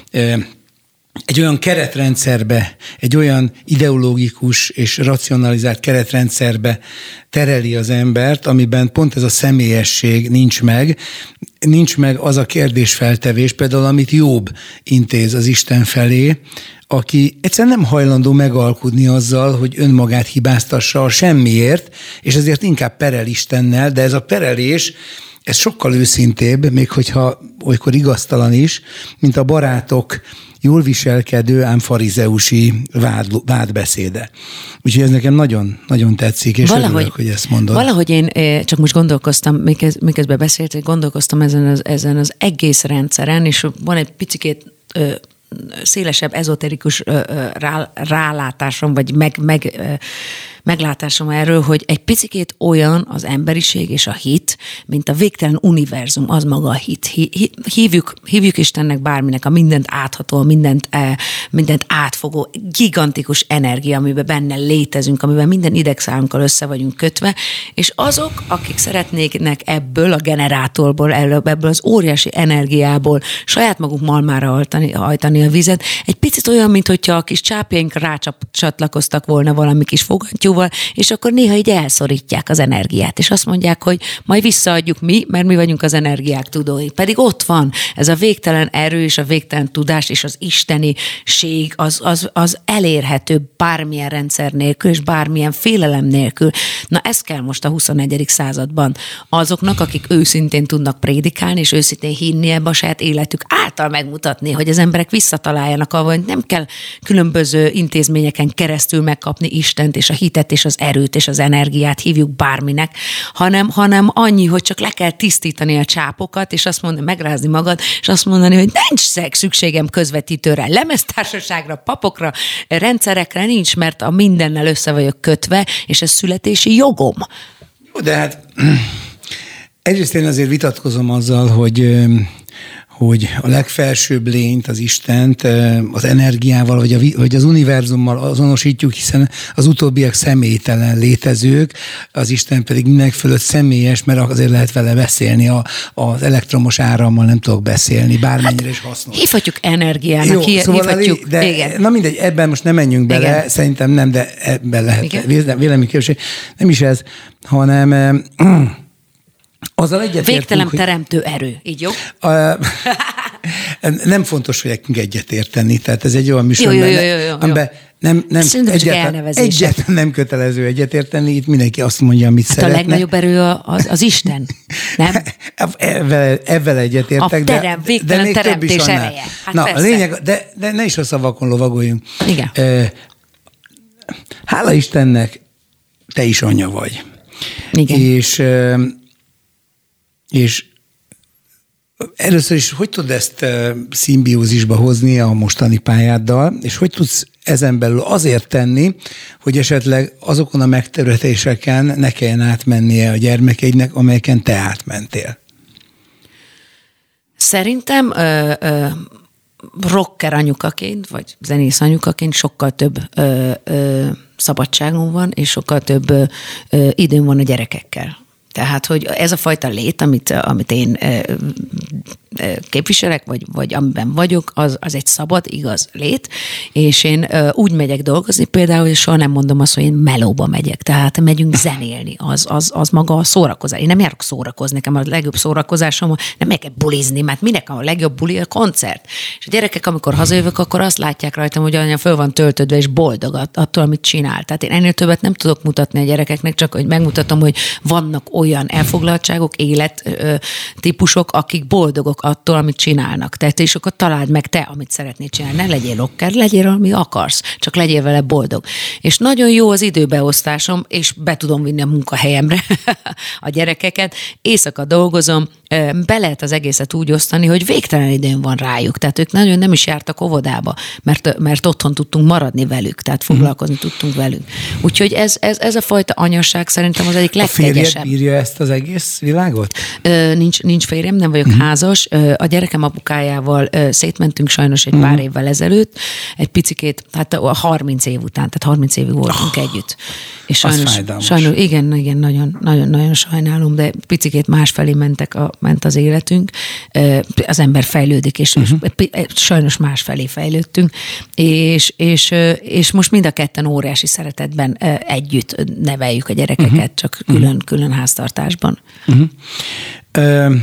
egy olyan keretrendszerbe, egy olyan ideológikus és racionalizált keretrendszerbe tereli az embert, amiben pont ez a személyesség nincs meg, nincs meg az a kérdésfeltevés, például amit Jobb intéz az Isten felé, aki egyszerűen nem hajlandó megalkudni azzal, hogy önmagát hibáztassa a semmiért, és ezért inkább perel Istennel, de ez a perelés, ez sokkal őszintébb, még hogyha olykor igaztalan is, mint a barátok jól viselkedő, ám farizeusi vád, vádbeszéde. Úgyhogy ez nekem nagyon, nagyon tetszik, és valahogy, örülök, hogy ezt mondod. Valahogy én csak most gondolkoztam, miközben beszéltél, gondolkoztam ezen az, ezen az egész rendszeren, és van egy picikét szélesebb, ezoterikus rá, rálátásom, vagy meg, meg, meglátásom erről, hogy egy picikét olyan az emberiség és a hit, mint a végtelen univerzum, az maga a hit. Hívjuk, hívjuk Istennek bárminek, a mindent átható, mindent, mindent átfogó, gigantikus energia, amiben benne létezünk, amiben minden idegszálunkkal össze vagyunk kötve, és azok, akik szeretnének ebből a generátorból, ebből az óriási energiából saját maguk malmára hajtani, hajtani a vizet, egy picit picit olyan, mintha a kis csápjaink rácsatlakoztak volna valami kis fogantyúval, és akkor néha így elszorítják az energiát, és azt mondják, hogy majd visszaadjuk mi, mert mi vagyunk az energiák tudói. Pedig ott van ez a végtelen erő és a végtelen tudás és az isteniség, az, az, az elérhető bármilyen rendszer nélkül, és bármilyen félelem nélkül. Na ezt kell most a huszonegyedik században azoknak, akik őszintén tudnak prédikálni, és őszintén hinni ebbe a saját életük által megmutatni, hogy az emberek visszataláljanak avval, hogy nem kell különböző intézményeken keresztül megkapni Istent, és a hitet, és az erőt, és az energiát, hívjuk bárminek, hanem, hanem annyi, hogy csak le kell tisztítani a csápokat, és azt mondani, megrázni magad, és azt mondani, hogy nincs szükségem közvetítőre, lemeztársaságra, papokra, rendszerekre nincs, mert a mindennel össze vagyok kötve, és ez születési jogom. Jó, de hát egyrészt én azért vitatkozom azzal, hogy hogy a legfelsőbb lényt, az Istent az energiával, vagy, a, vagy az univerzummal azonosítjuk, hiszen az utóbbiak személytelen létezők, az Isten pedig mindenek fölött személyes, mert azért lehet vele beszélni, a, az elektromos árammal nem tudok beszélni, bármennyire is hasznos. Hívhatjuk energiának, Jó, hív, szóval hívhatjuk. De, igen. Na mindegy, ebben most nem menjünk bele, igen. Szerintem nem, de ebben lehet véleménykülönbség. Nem is ez, hanem azzal egyetértünk, végtelen hogy teremtő erő, így jó? A, nem fontos, hogy nekünk egyetérteni, tehát ez egy olyan műsor, jó, jó, jó, jó, jó. amiben nem, nem, egyetlen, egyetlen nem kötelező egyetérteni, itt mindenki azt mondja, amit hát szeretne. A legnagyobb erő az, az Isten, nem? Ebben, ebben egyetértek, a terem, de, de még több is annál. ereje. Hát Na, persze. a lényeg, de, de ne is a szavakon lovagoljunk. Igen. Hála Istennek, te is anya vagy. Igen. És És először is, hogy tudod ezt szimbiózisba hozni a mostani pályáddal, és hogy tudsz ezen belül azért tenni, hogy esetleg azokon a megterületéseken ne kelljen átmennie a gyermekeidnek, amelyeken te átmentél? Szerintem ö, ö, rocker anyukaként, vagy zenész anyukaként sokkal több ö, ö, szabadságom van, és sokkal több ö, ö, időm van a gyerekekkel. Tehát, hogy ez a fajta lét, amit, amit én képviselek, vagy, vagy amiben vagyok, az, az egy szabad, igaz lét, és én úgy megyek dolgozni például, hogy soha nem mondom azt, hogy én melóba megyek, tehát megyünk zenélni, az, az, az maga a szórakozás. Én nem járok szórakozni, nekem a legjobb szórakozásom, nem megyek bulizni, mert minek a legjobb buli a koncert. És a gyerekek, amikor hazajövök, akkor azt látják rajtam, hogy anya föl van töltődve, és boldog attól, amit csinál. Tehát én ennél többet nem tudok mutatni a gyerekeknek, csak hogy megmutatom, hogy vannak olyan elfoglaltságok, élettípusok, akik boldogok attól, amit csinálnak. Tehát és akkor találd meg te, amit szeretnél csinálni. Ne legyél rocker, legyél, ami akarsz, csak legyél vele boldog. És nagyon jó az időbeosztásom, és be tudom vinni a munkahelyemre a gyerekeket. Éjszaka dolgozom, be lehet az egészet úgy osztani, hogy végtelen időn van rájuk. Tehát ők nagyon nem is jártak óvodába, mert, mert otthon tudtunk maradni velük, tehát foglalkozni tudtunk velük. Úgyhogy ez, ez, ez a fajta anyasság szerintem az egyik legkegyesebb. A férjed bírja ezt az egész világot? Ö, nincs, nincs férjem, nem vagyok uh-huh. házas. A gyerekem apukájával szétmentünk sajnos egy uh-huh. pár évvel ezelőtt, egy picikét, hát a harminc év után, tehát harminc évig voltunk oh, együtt. És sajnos, sajnos, igen, igen, nagyon, nagyon, nagyon sajnálom, de picikét másfelé mentek a, ment az életünk. Az ember fejlődik, és, uh-huh. és sajnos másfelé fejlődtünk, és, és, és most mind a ketten óriási szeretetben együtt neveljük a gyerekeket, uh-huh. csak külön, külön háztartásban. Uh-huh. Ö,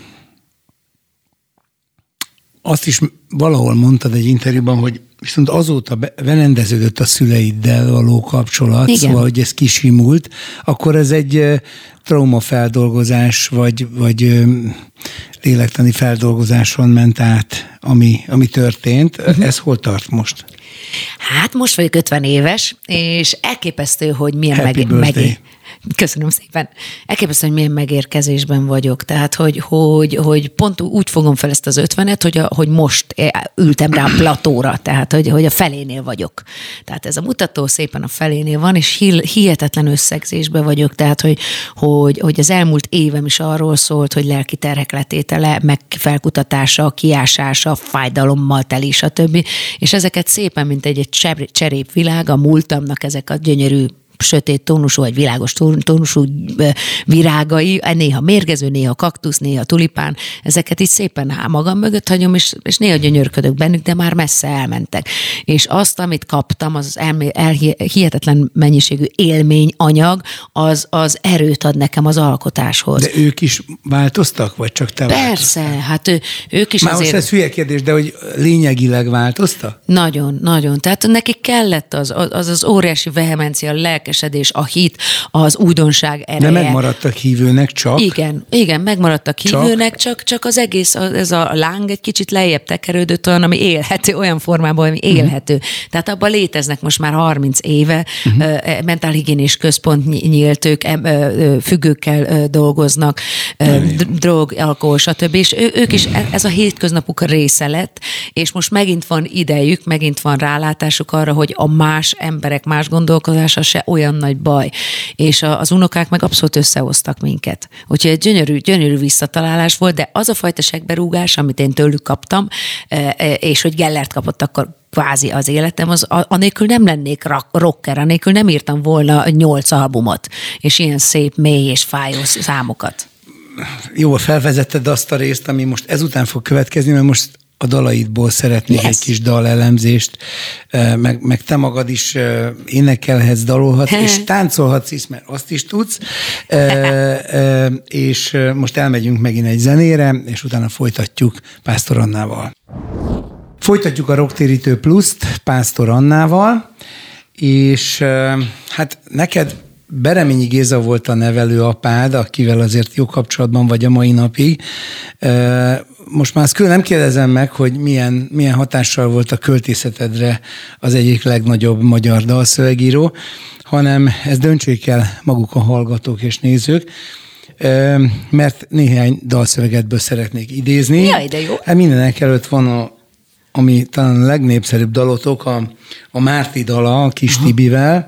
azt is valahol mondtad egy interjúban, hogy viszont azóta berendeződött a szüleiddel való kapcsolat, igen. Szóval, hogy ez kisimult, akkor ez egy traumafeldolgozás, vagy, vagy lélektani feldolgozáson ment át, ami, ami történt. Uh-huh. Ez hol tart most? Hát most vagyok ötven éves, és elképesztő, hogy milyen Happy meg... meg Köszönöm szépen. Elképesztő, hogy milyen megérkezésben vagyok. Tehát, hogy, hogy, hogy pont úgy fogom fel ezt az ötvenet, hogy, a, hogy most ültem rá a platóra, tehát, hogy, hogy a felénél vagyok. Tehát ez a mutató szépen a felénél van, és hihetetlen összegzésben vagyok. Tehát, hogy, hogy, hogy az elmúlt évem is arról szólt, hogy lelki terhek letétele, meg felkutatása, kiásása, fájdalommal teli, stb. És ezeket szépen, mint egy, egy cserépvilág, a múltamnak ezek a gyönyörű sötét tónusú, vagy világos tónusú virágai, néha mérgező, néha kaktusz, néha tulipán, ezeket így szépen há magam mögött hagyom, és, és néha gyönyörködök bennük, de már messze elmentek. És azt, amit kaptam, az elmé, elhi, hihetetlen mennyiségű élményanyag, az, az erőt ad nekem az alkotáshoz. De ők is változtak, vagy csak te Persze, változtál? hát ő, ők is Már azért... most ez hülye kérdés, de hogy lényegileg változtak? Nagyon, nagyon. Tehát nekik kellett az az, az óriási vehemencia, a lelkesedés, a hit, az újdonság ereje. De megmaradtak hívőnek csak? Igen, igen, megmaradtak hívőnek, csak, csak az egész, ez a láng egy kicsit lejjebb tekerődött olyan, ami élhető, olyan formában, ami élhető. Uh-huh. Tehát abban léteznek most már harminc éve, uh-huh. mentálhigiénés központ nyílt, ők függőkkel dolgoznak, drog, alkohol, stb. És ők is, ez a hétköznapuk része lett, és most megint van idejük, megint van rálátásuk arra, hogy a más emberek, más gondolkodása se olyan nagy baj. És az unokák meg abszolút összehoztak minket. Úgyhogy egy gyönyörű, gyönyörű visszatalálás volt, de az a fajta segberúgás, amit én tőlük kaptam, és hogy Gellert kapott akkor kvázi az életem, az anélkül nem lennék rocker, anélkül nem írtam volna nyolc albumot, és ilyen szép, mély és fájó számokat. Jó, felvezetted azt a részt, ami most ezután fog következni, mert most a dalaidból szeretnék yes. egy kis dalelemzést, meg, meg te magad is énekelhetsz, dalolhatsz, és táncolhatsz is, mert azt is tudsz, és most elmegyünk megint egy zenére, és utána folytatjuk Pásztor Annával. Folytatjuk a Rocktérítő Pluszt Pásztor Annával, és hát neked Bereményi Géza volt a nevelőapád, akivel azért jó kapcsolatban vagy a mai napig. Most már azt külön nem kérdezem meg, hogy milyen, milyen hatással volt a költészetedre az egyik legnagyobb magyar dalszövegíró, hanem ezt döntsék el maguk a hallgatók és nézők, mert néhány dalszövegedből szeretnék idézni. Jaj, de jó. Hát mindenek előtt van a ami talán a legnépszerűbb dalotok, a, a Márti dala, a Kis Aha. Tibivel,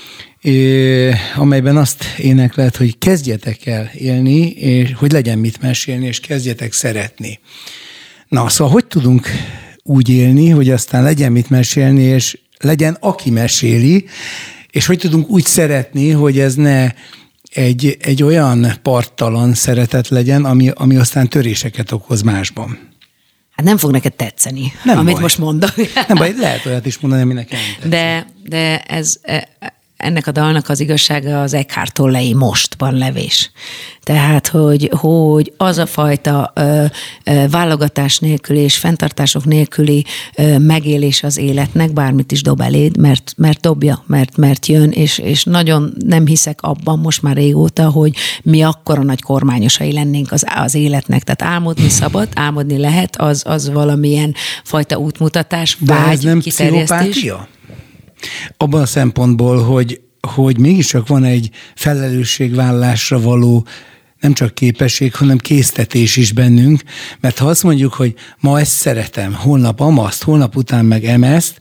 amelyben azt énekled, hogy kezdjetek el élni, és hogy legyen mit mesélni, és kezdjetek szeretni. Na, szóval hogy tudunk úgy élni, hogy aztán legyen mit mesélni, és legyen aki meséli, és hogy tudunk úgy szeretni, hogy ez ne egy, egy olyan parttalan szeretet legyen, ami, ami aztán töréseket okoz másban. Hát nem fog neked tetszeni, nem amit baj. most mondok. Nem baj, lehet olyat is mondani, ami nekem tetszik. De, de ez, ennek a dalnak az igazsága az Eckhart Tolle-i Mostban levés. Tehát, hogy, hogy az a fajta ö, ö, válogatás nélküli és fenntartások nélküli ö, megélés az életnek, bármit is dob eléd, mert, mert dobja, mert, mert jön, és, és nagyon nem hiszek abban most már régóta, hogy mi akkora nagy kormányosai lennénk az, az életnek. Tehát álmodni szabad, álmodni lehet, az, az valamilyen fajta útmutatás, vágy, de ez nem kiterjesztés. pszichopátia? Abban a szempontból, hogy, hogy mégiscsak van egy felelősségvállásra való nem csak képesség, hanem késztetés is bennünk, mert ha azt mondjuk, hogy ma ezt szeretem, holnap amaszt, holnap után meg emezt,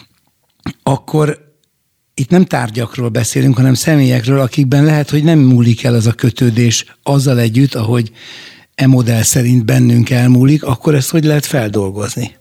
akkor itt nem tárgyakról beszélünk, hanem személyekről, akikben lehet, hogy nem múlik el az a kötődés azzal együtt, ahogy e modell szerint bennünk elmúlik, akkor ezt hogy lehet feldolgozni?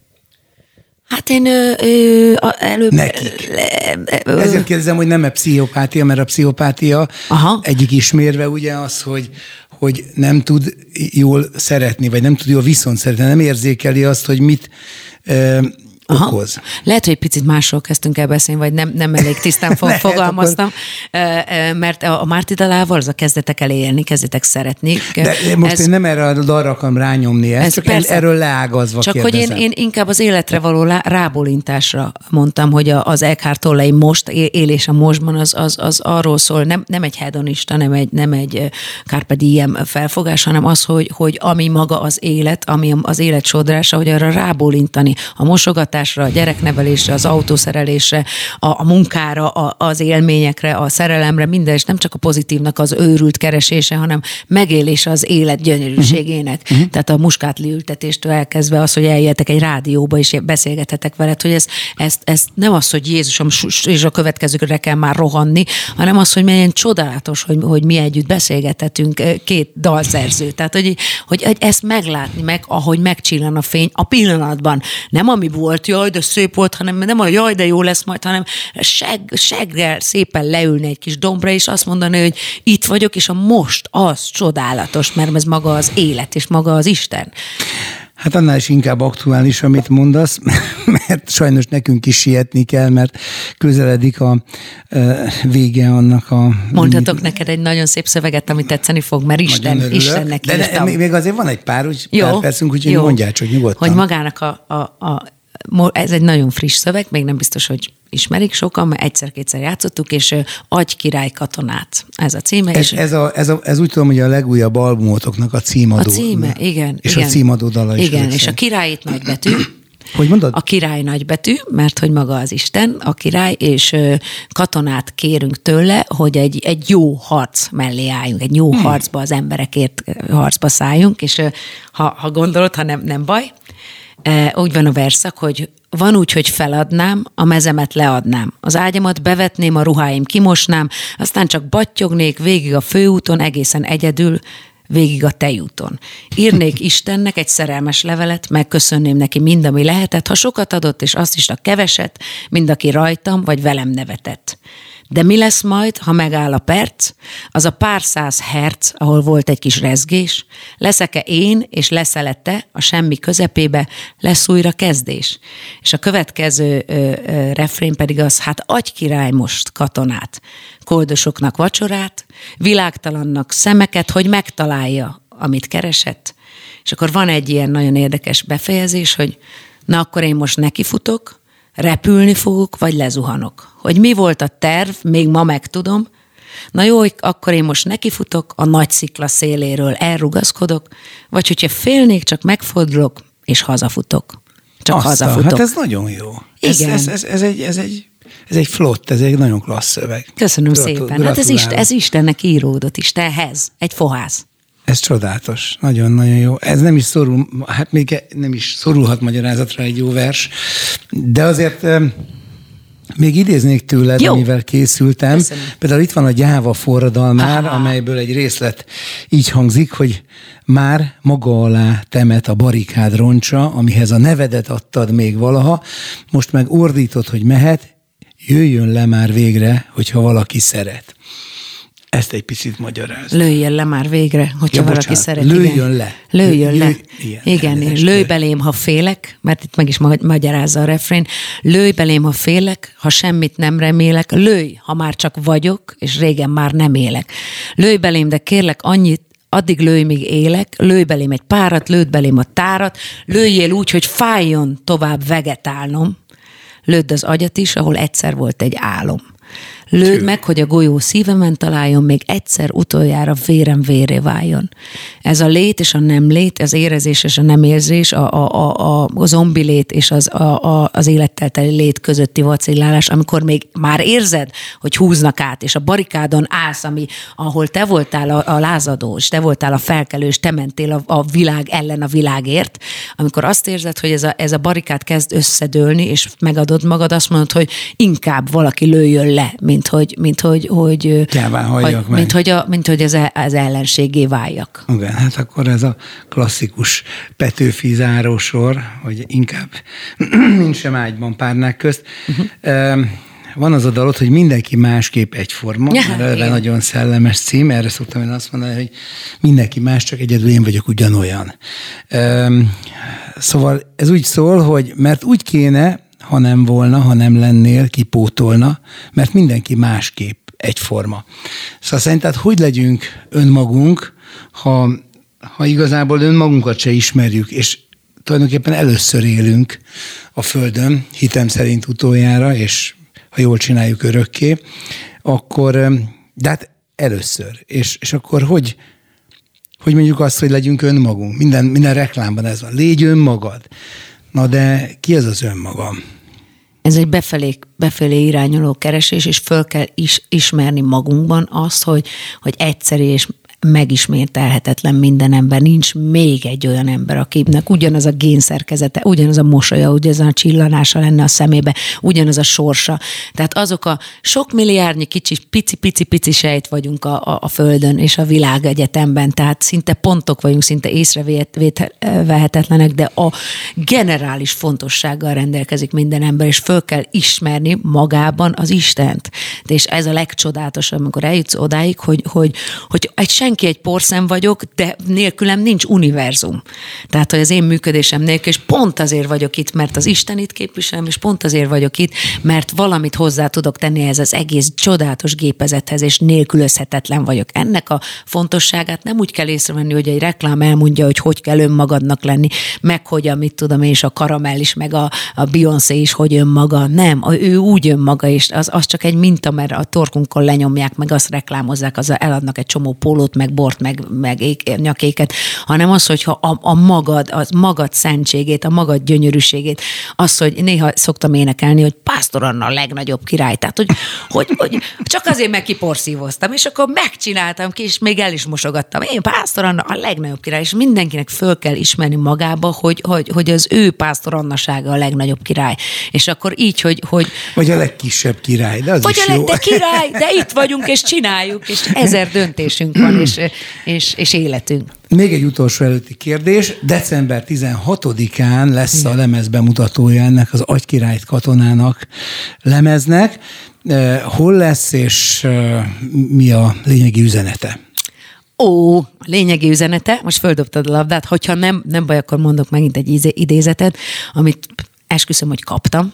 Hát én ö, ö, előbb... Nekik. Ö, Ezért kérdezem, hogy nem-e pszichopátia, mert a pszichopátia Aha. egyik ismérve ugye az, hogy, hogy nem tud jól szeretni, vagy nem tud jól viszont szeretni, nem érzékeli azt, hogy mit ö, Aha. okoz. Lehet, hogy picit másról kezdtünk el beszélni, vagy nem, nem elég tisztán fog, fogalmaztam, akkor... mert a Márti dalával az a kezdetek el élni, kezdetek szeretni. De most ez... én nem erre a dalra akarom rányomni ezt, ez csak persze, erről leágazva csak kérdezem. hogy én, én inkább az életre való rábólintásra mondtam, hogy az Eckhart Tolle-i Most, élés a mostban az, az, az arról szól, nem, nem egy hedonista, nem egy, nem egy carpe diem felfogás, hanem az, hogy, hogy ami maga az élet, ami az élet sodrása, hogy arra rábólintani, a mosogat a gyereknevelésre, az autószerelésre, a, a munkára, a, az élményekre, a szerelemre, minden, és nem csak a pozitívnak az őrült keresése, hanem megélése az élet gyönyörűségének. Uh-huh. Tehát a muskátli ültetéstől elkezdve az, hogy eljöttek egy rádióba, és beszélgethetek veled, hogy ez, ezt, ezt nem az, hogy Jézusom, és a következőkre kell már rohanni, hanem az, hogy milyen csodálatos, hogy, hogy mi együtt beszélgethetünk két dalszerző. Tehát, hogy, hogy ezt meglátni meg, ahogy megcsillan a fény a pillanatban. Nem ami volt volt, jaj, de szép volt, hanem nem a jaj, de jó lesz majd, hanem seg, seggel szépen leülni egy kis dombra, és azt mondani, hogy itt vagyok, és a most az csodálatos, mert ez maga az élet, és maga az Isten. Hát annál is inkább aktuális, amit mondasz, mert sajnos nekünk is sietni kell, mert közeledik a vége annak a... Mondhatok neked egy nagyon szép szöveget, ami tetszeni fog, mert Isten, Istennek de, írtam. De még azért van egy pár, úgy jó, pár percünk, úgyhogy jó. Mondjál csak nyugodtan. Hogy magának a, a, a... Ez egy nagyon friss szöveg, még nem biztos, hogy ismerik sokan, mert egyszer-kétszer játszottuk, és Adj király katonát. Ez a címe. Ez, és ez, a, ez, a, ez úgy tudom, hogy a legújabb albumotoknak a címadó. A címe, igen. És igen. a címadó dala is. Igen, és a király itt nagybetű. Hogy mondod? A király nagybetű, mert hogy maga az Isten, a király, és katonát kérünk tőle, hogy egy, egy jó harc mellé álljunk, egy jó hmm. harcba az emberekért harcba szálljunk, és ha, ha gondolod, ha nem, nem baj, úgy van a verszak, hogy van úgy, hogy feladnám, a mezemet leadnám. Az ágyamat bevetném, a ruháim kimosnám, aztán csak battyognék végig a főúton, egészen egyedül, végig a tejúton. Írnék Istennek egy szerelmes levelet, megköszönném neki mind, ami lehetett, ha sokat adott, és azt is a keveset, mind aki rajtam, vagy velem nevetett. De mi lesz majd, ha megáll a perc? Az a pár száz herc, ahol volt egy kis rezgés? Leszek-e én, és leszel-e te, a semmi közepébe, lesz újra kezdés? És a következő ö, ö, refrén pedig az, hát adj király most katonát, koldosoknak vacsorát, világtalannak szemeket, hogy megtalálja, amit keresett. És akkor van egy ilyen nagyon érdekes befejezés, hogy na akkor én most nekifutok, repülni fogok, vagy lezuhanok. Hogy mi volt a terv, még ma megtudom. Na jó, akkor én most nekifutok, a nagy szikla széléről elrugaszkodok, vagy hogyha félnék, csak megfordulok, és hazafutok. Csak Aztán, hazafutok. Hát ez nagyon jó. Igen. Ez, ez, ez, ez, egy, ez, egy, ez egy flott, ez egy nagyon klassz szöveg. Köszönöm Gratul- szépen. Hát ez, Isten, ez Istennek íródott, Istenhez. Egy fohász. Ez csodálatos, nagyon-nagyon jó. Ez nem is szorul, hát még nem is szorulhat magyarázatra egy jó vers, de azért még idéznék tőled, jó. Amivel készültem. Köszönöm. Például itt van a Gyáva forradalmár, Aha. amelyből egy részlet így hangzik, hogy már maga alá temet a barikád roncsa, amihez a nevedet adtad még valaha, most meg ordítod, hogy mehet, jöjjön le már végre, hogyha valaki szeret. Ezt egy picit magyaráz. Lőjön le már végre, hogyha ja, valaki bocsánat, szeret. Lőjön igen. le. Lőjön Lő, le. lő, igen, igen, és lőj belém, ha félek, mert itt meg is magyarázza a refrén. Lőj belém, ha félek, ha semmit nem remélek. Lőj, ha már csak vagyok, és régen már nem élek. Lőj belém, de kérlek annyit, addig lőj, míg élek, lőj belém egy párat, lőd belém a tárat, lőjél úgy, hogy fájjon tovább vegetálnom. Lőd az agyat is, ahol egyszer volt egy álom. Lőd meg, hogy a golyó szívemen találjon, még egyszer utoljára vérem véré váljon. Ez a lét és a nem lét, az érezés és a nem érzés, a, a, a, a zombi lét és az, a, a, az élettel teli lét közötti vacillálás, amikor még már érzed, hogy húznak át, és a barikádon állsz, ami, ahol te voltál a, a lázadó, és te voltál a felkelő, és te mentél a, a világ ellen a világért, amikor azt érzed, hogy ez a, ez a barikád kezd összedőlni, és megadod magad, azt mondod, hogy inkább valaki lőjön le, mint hogy, mint hogy, hogy, hogy, mint hogy, a, mint hogy az, az ellenségé váljak. Igen, hát akkor ez a klasszikus Petőfi zárósor, hogy inkább nincs sem ágyban párnák közt. Uh-huh. Van az a dalot, hogy mindenki másképp egyforma, ja, mert erre nagyon szellemes cím, erre szoktam én azt mondani, hogy mindenki más, csak egyedül én vagyok ugyanolyan. Szóval ez úgy szól, hogy mert úgy kéne, ha nem volna, ha nem lennél, kipótolna, mert mindenki másképp egyforma. Szóval szerinted hogy legyünk önmagunk, ha, ha igazából önmagunkat se ismerjük, és tulajdonképpen először élünk a Földön, hitem szerint utoljára, és ha jól csináljuk örökké, akkor, de hát először. És, és akkor hogy, hogy mondjuk azt, hogy legyünk önmagunk? Minden, minden reklámban ez van. Légy önmagad. Na de ki ez az önmagam? Ez egy befelé, befelé irányuló keresés, és föl kell is, ismerni magunkban azt, hogy, hogy egyszerű és megismételhetetlen minden ember. Nincs még egy olyan ember, akinek ugyanaz a génszerkezete, ugyanaz a mosolya, ugyanaz a csillanása lenne a szemébe, ugyanaz a sorsa. Tehát azok a sok milliárdnyi kicsi, pici-pici-pici sejt vagyunk a, a, a Földön és a világegyetemben, tehát szinte pontok vagyunk, szinte észrevehetetlenek, de a generális fontossággal rendelkezik minden ember, és föl kell ismerni magában az Istent. És ez a legcsodálatosabb, amikor eljutsz odáig, hogy, hogy, hogy egy senki egy porszem vagyok, de nélkülem nincs univerzum. Tehát, hogy az én működésem nélkül, és pont azért vagyok itt, mert az Isten itt képviselem, és pont azért vagyok itt, mert valamit hozzá tudok tenni ez az egész csodálatos gépezethez, és nélkülözhetetlen vagyok. Ennek a fontosságát nem úgy kell észrevenni, hogy egy reklám elmondja, hogy hogy kell önmagadnak lenni, meg hogy amit tudom én, és a Karamell is, meg a, a Beyoncé is, hogy önmaga. Nem, a, ő úgy önmaga, és az, az csak egy minta, mert a torkunkon lenyomják, meg azt reklámozzák, az eladnak egy csomó pólót, meg bort, meg, meg ék, nyakéket, hanem az, hogyha a, a magad, a magad szentségét, a magad gyönyörűségét, az, hogy néha szoktam énekelni, hogy Pásztor Anna a legnagyobb király. Tehát, hogy, hogy, hogy csak azért meg kiporszívoztam, és akkor megcsináltam ki, és még el is mosogattam. Én Pásztor Anna a legnagyobb király, és mindenkinek föl kell ismerni magába, hogy, hogy, hogy az ő Pásztor Annasága a legnagyobb király. És akkor így, hogy... hogy vagy a legkisebb király, de az vagy is a leg, jó. de király, de itt vagyunk, és csináljuk, és ezer döntésünk van, és, és, és életünk. Még egy utolsó előtti kérdés. december tizenhatodikán lesz igen. a lemez bemutatója ennek az Agykirályt katonának lemeznek. Hol lesz, és mi a lényegi üzenete? Ó, a lényegi üzenete, most földobtad a labdát, hogyha nem, nem baj, akkor mondok megint egy idézetet, amit esküszöm, hogy kaptam,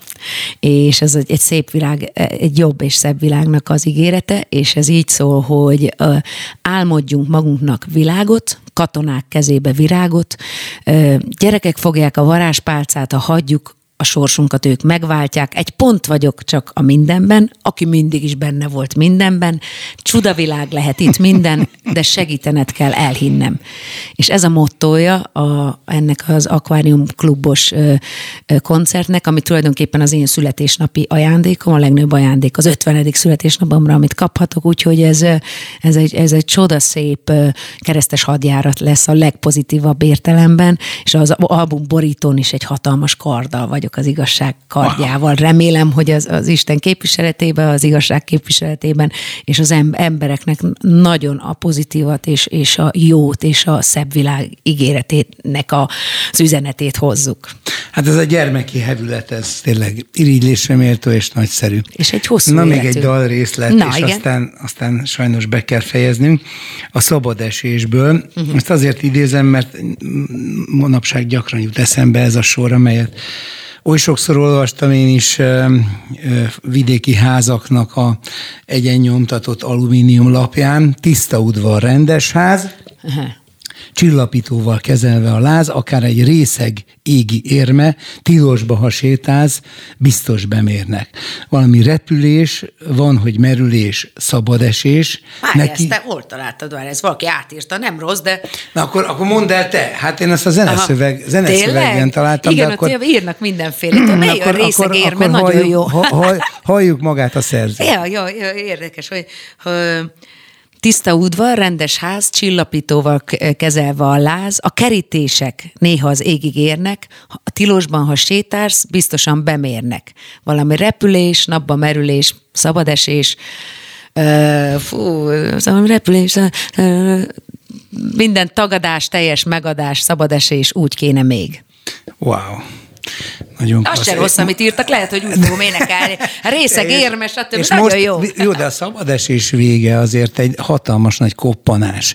és ez egy, egy szép világ, egy jobb és szebb világnak az ígérete, és ez így szól, hogy uh, álmodjunk magunknak világot, katonák kezébe virágot, uh, gyerekek fogják a varázspálcát, ha hagyjuk, a sorsunkat ők megváltják. Egy pont vagyok csak a mindenben, aki mindig is benne volt mindenben. Csudavilág lehet itt minden, de segítened kell elhinnem. És ez a mottója a, ennek az Akvárium klubos ö, ö, koncertnek, ami tulajdonképpen az én születésnapi ajándékom, a legnagyobb ajándék az ötvenedik születésnapomra, amit kaphatok, úgyhogy ez, ez, egy, ez egy csodaszép keresztes hadjárat lesz a legpozitívabb értelemben, és az album borítón is egy hatalmas karddal vagyok az igazság kardjával. Remélem, hogy az, az Isten képviseletében, az igazság képviseletében, és az embereknek nagyon a pozitívat, és, és a jót, és a szebb világ ígéretének az üzenetét hozzuk. Hát ez a gyermeki hevület, ez tényleg irigylésre méltó és nagyszerű. És egy hosszú Na, életű. még egy dalrészlet, Na, és igen. aztán, aztán sajnos be kell fejeznünk. A Szabad esésből. Uh-huh. Ezt azért idézem, mert manapság gyakran jut eszembe ez a sor, amelyet oly sokszor olvastam én is ö, ö, vidéki házaknak a egyennyomtatott alumínium lapján. Tiszta udvar, rendes ház, uh-huh. csillapítóval kezelve a láz, akár egy részeg égi érme, tilosba, ha sétálsz, biztos bemérnek. Valami repülés, van, hogy merülés, szabad esés. Várj, neki... ezt te hol találtad? Várj, ez valaki átírta, nem rossz, de... Na akkor, akkor mondd el te. Hát én ezt a zeneszöveg, zeneszövegben találtam. Igen, de akkor... írnak mindenféle. Mely a részeg érme, nagyon halljuk, jó. Ha, halljuk magát a szerzőt. Ja, jó, jó, érdekes, hogy... hogy tiszta udvar, rendes ház, csillapítóval kezelve a láz, a kerítések néha az égig érnek, a tilosban, ha sétálsz, biztosan bemérnek. Valami repülés, napba merülés, szabadesés, uh, fú, szóval repülés, uh, minden tagadás, teljes megadás, szabadesés, úgy kéne még. Wow. Nagyon az se rossz, amit írtak, lehet, hogy úgy fogom énekelni. Részeg, érmes, stb. És nagyon most, jó. Jó, de a szabadesés vége azért egy hatalmas nagy koppanás.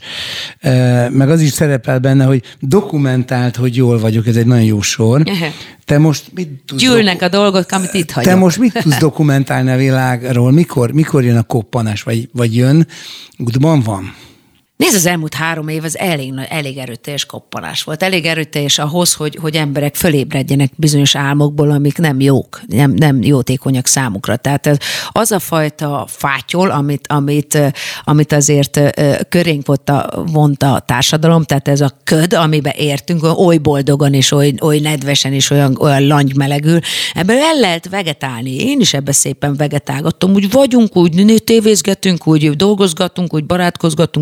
Meg az is szerepel benne, hogy dokumentált, hogy jól vagyok, ez egy nagyon jó sor. Te most mit tudsz... Gyűlnek a dolgok, amit itt hagyok. Te most mit tudsz dokumentálni a világról? Mikor, mikor jön a koppanás, vagy, vagy jön? Útban van? Nézd, az elmúlt három év az elég, elég erőteljes koppanás volt. Elég erőteljes ahhoz, hogy, hogy emberek fölébredjenek bizonyos álmokból, amik nem jók, nem, nem jótékonyak számukra. Tehát az a fajta fátyol, amit, amit, amit azért körénk vonta a társadalom, tehát ez a köd, amiben értünk, oly boldogan és oly, oly nedvesen és olyan, olyan langymelegül, ebből el lehet vegetálni. Én is ebbe szépen vegetálgattam. Úgy vagyunk, úgy tévézgetünk, úgy dolgozgatunk, úgy barátkozgatunk, iszogatunk,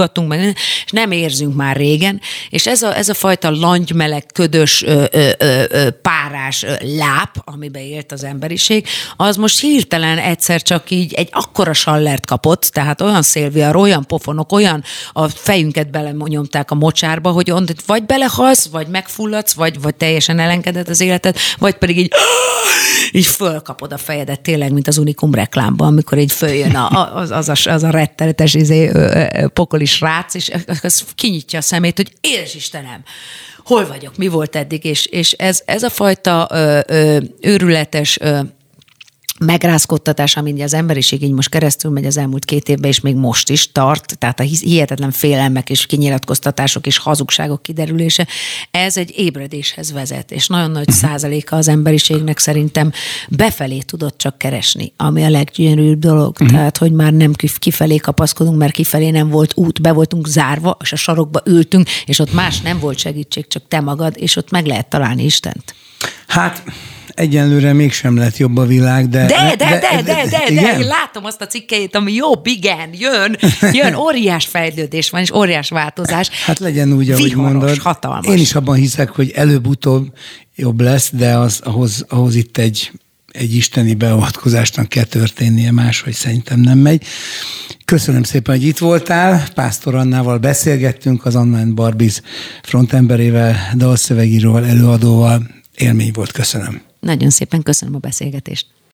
hallgattunk, meg, és nem érzünk már régen, és ez a, ez a fajta langymeleg, ködös, ö, ö, ö, párás ö, láp, amiben élt az emberiség, az most hirtelen egyszer csak így egy akkora sallert kapott, tehát olyan szélvihar, olyan pofonok, olyan a fejünket belemonyomták a mocsárba, hogy on, vagy belehalsz, vagy megfulladsz, vagy, vagy teljesen elengeded az életet, vagy pedig így, így fölkapod a fejedet tényleg, mint az Unikum reklámban, amikor így följön a, az, az, a, az a rettenetes izé, pokoli srác, és az kinyitja a szemét, hogy édes Istenem, hol vagyok, mi volt eddig, és, és ez, ez a fajta ö, ö, őrületes ö, megrázkodtatás, amin az emberiség így most keresztül megy az elmúlt két évben, és még most is tart, tehát a hihetetlen félelmek és kinyilatkoztatások és hazugságok kiderülése, ez egy ébredéshez vezet, és nagyon nagy százaléka az emberiségnek szerintem befelé tudott csak keresni, ami a leggyönyörűbb dolog. Uh-huh. Tehát, hogy már nem kifelé kapaszkodunk, mert kifelé nem volt út, be voltunk zárva, és a sarokba ültünk, és ott más nem volt segítség, csak te magad, és ott meg lehet találni Istent. Hát... Egyenlőre mégsem lett jobb a világ, de... De, de, de, de, de, de, de, de én látom azt a cikkeit, ami jobb, igen, jön, jön, óriás fejlődés van, és óriás változás. Hát legyen úgy, ahogy Viharos, mondod. Hatalmas. Én is abban hiszek, hogy előbb-utóbb jobb lesz, de az, ahhoz, ahhoz itt egy, egy isteni beavatkozásnak kell történnie, máshogy szerintem nem megy. Köszönöm szépen, hogy itt voltál. Pásztor Annával beszélgettünk, az Anna and Barbies frontemberével, dalszövegíróval, előadóval. Élmény volt, köszönöm. Nagyon szépen köszönöm a beszélgetést.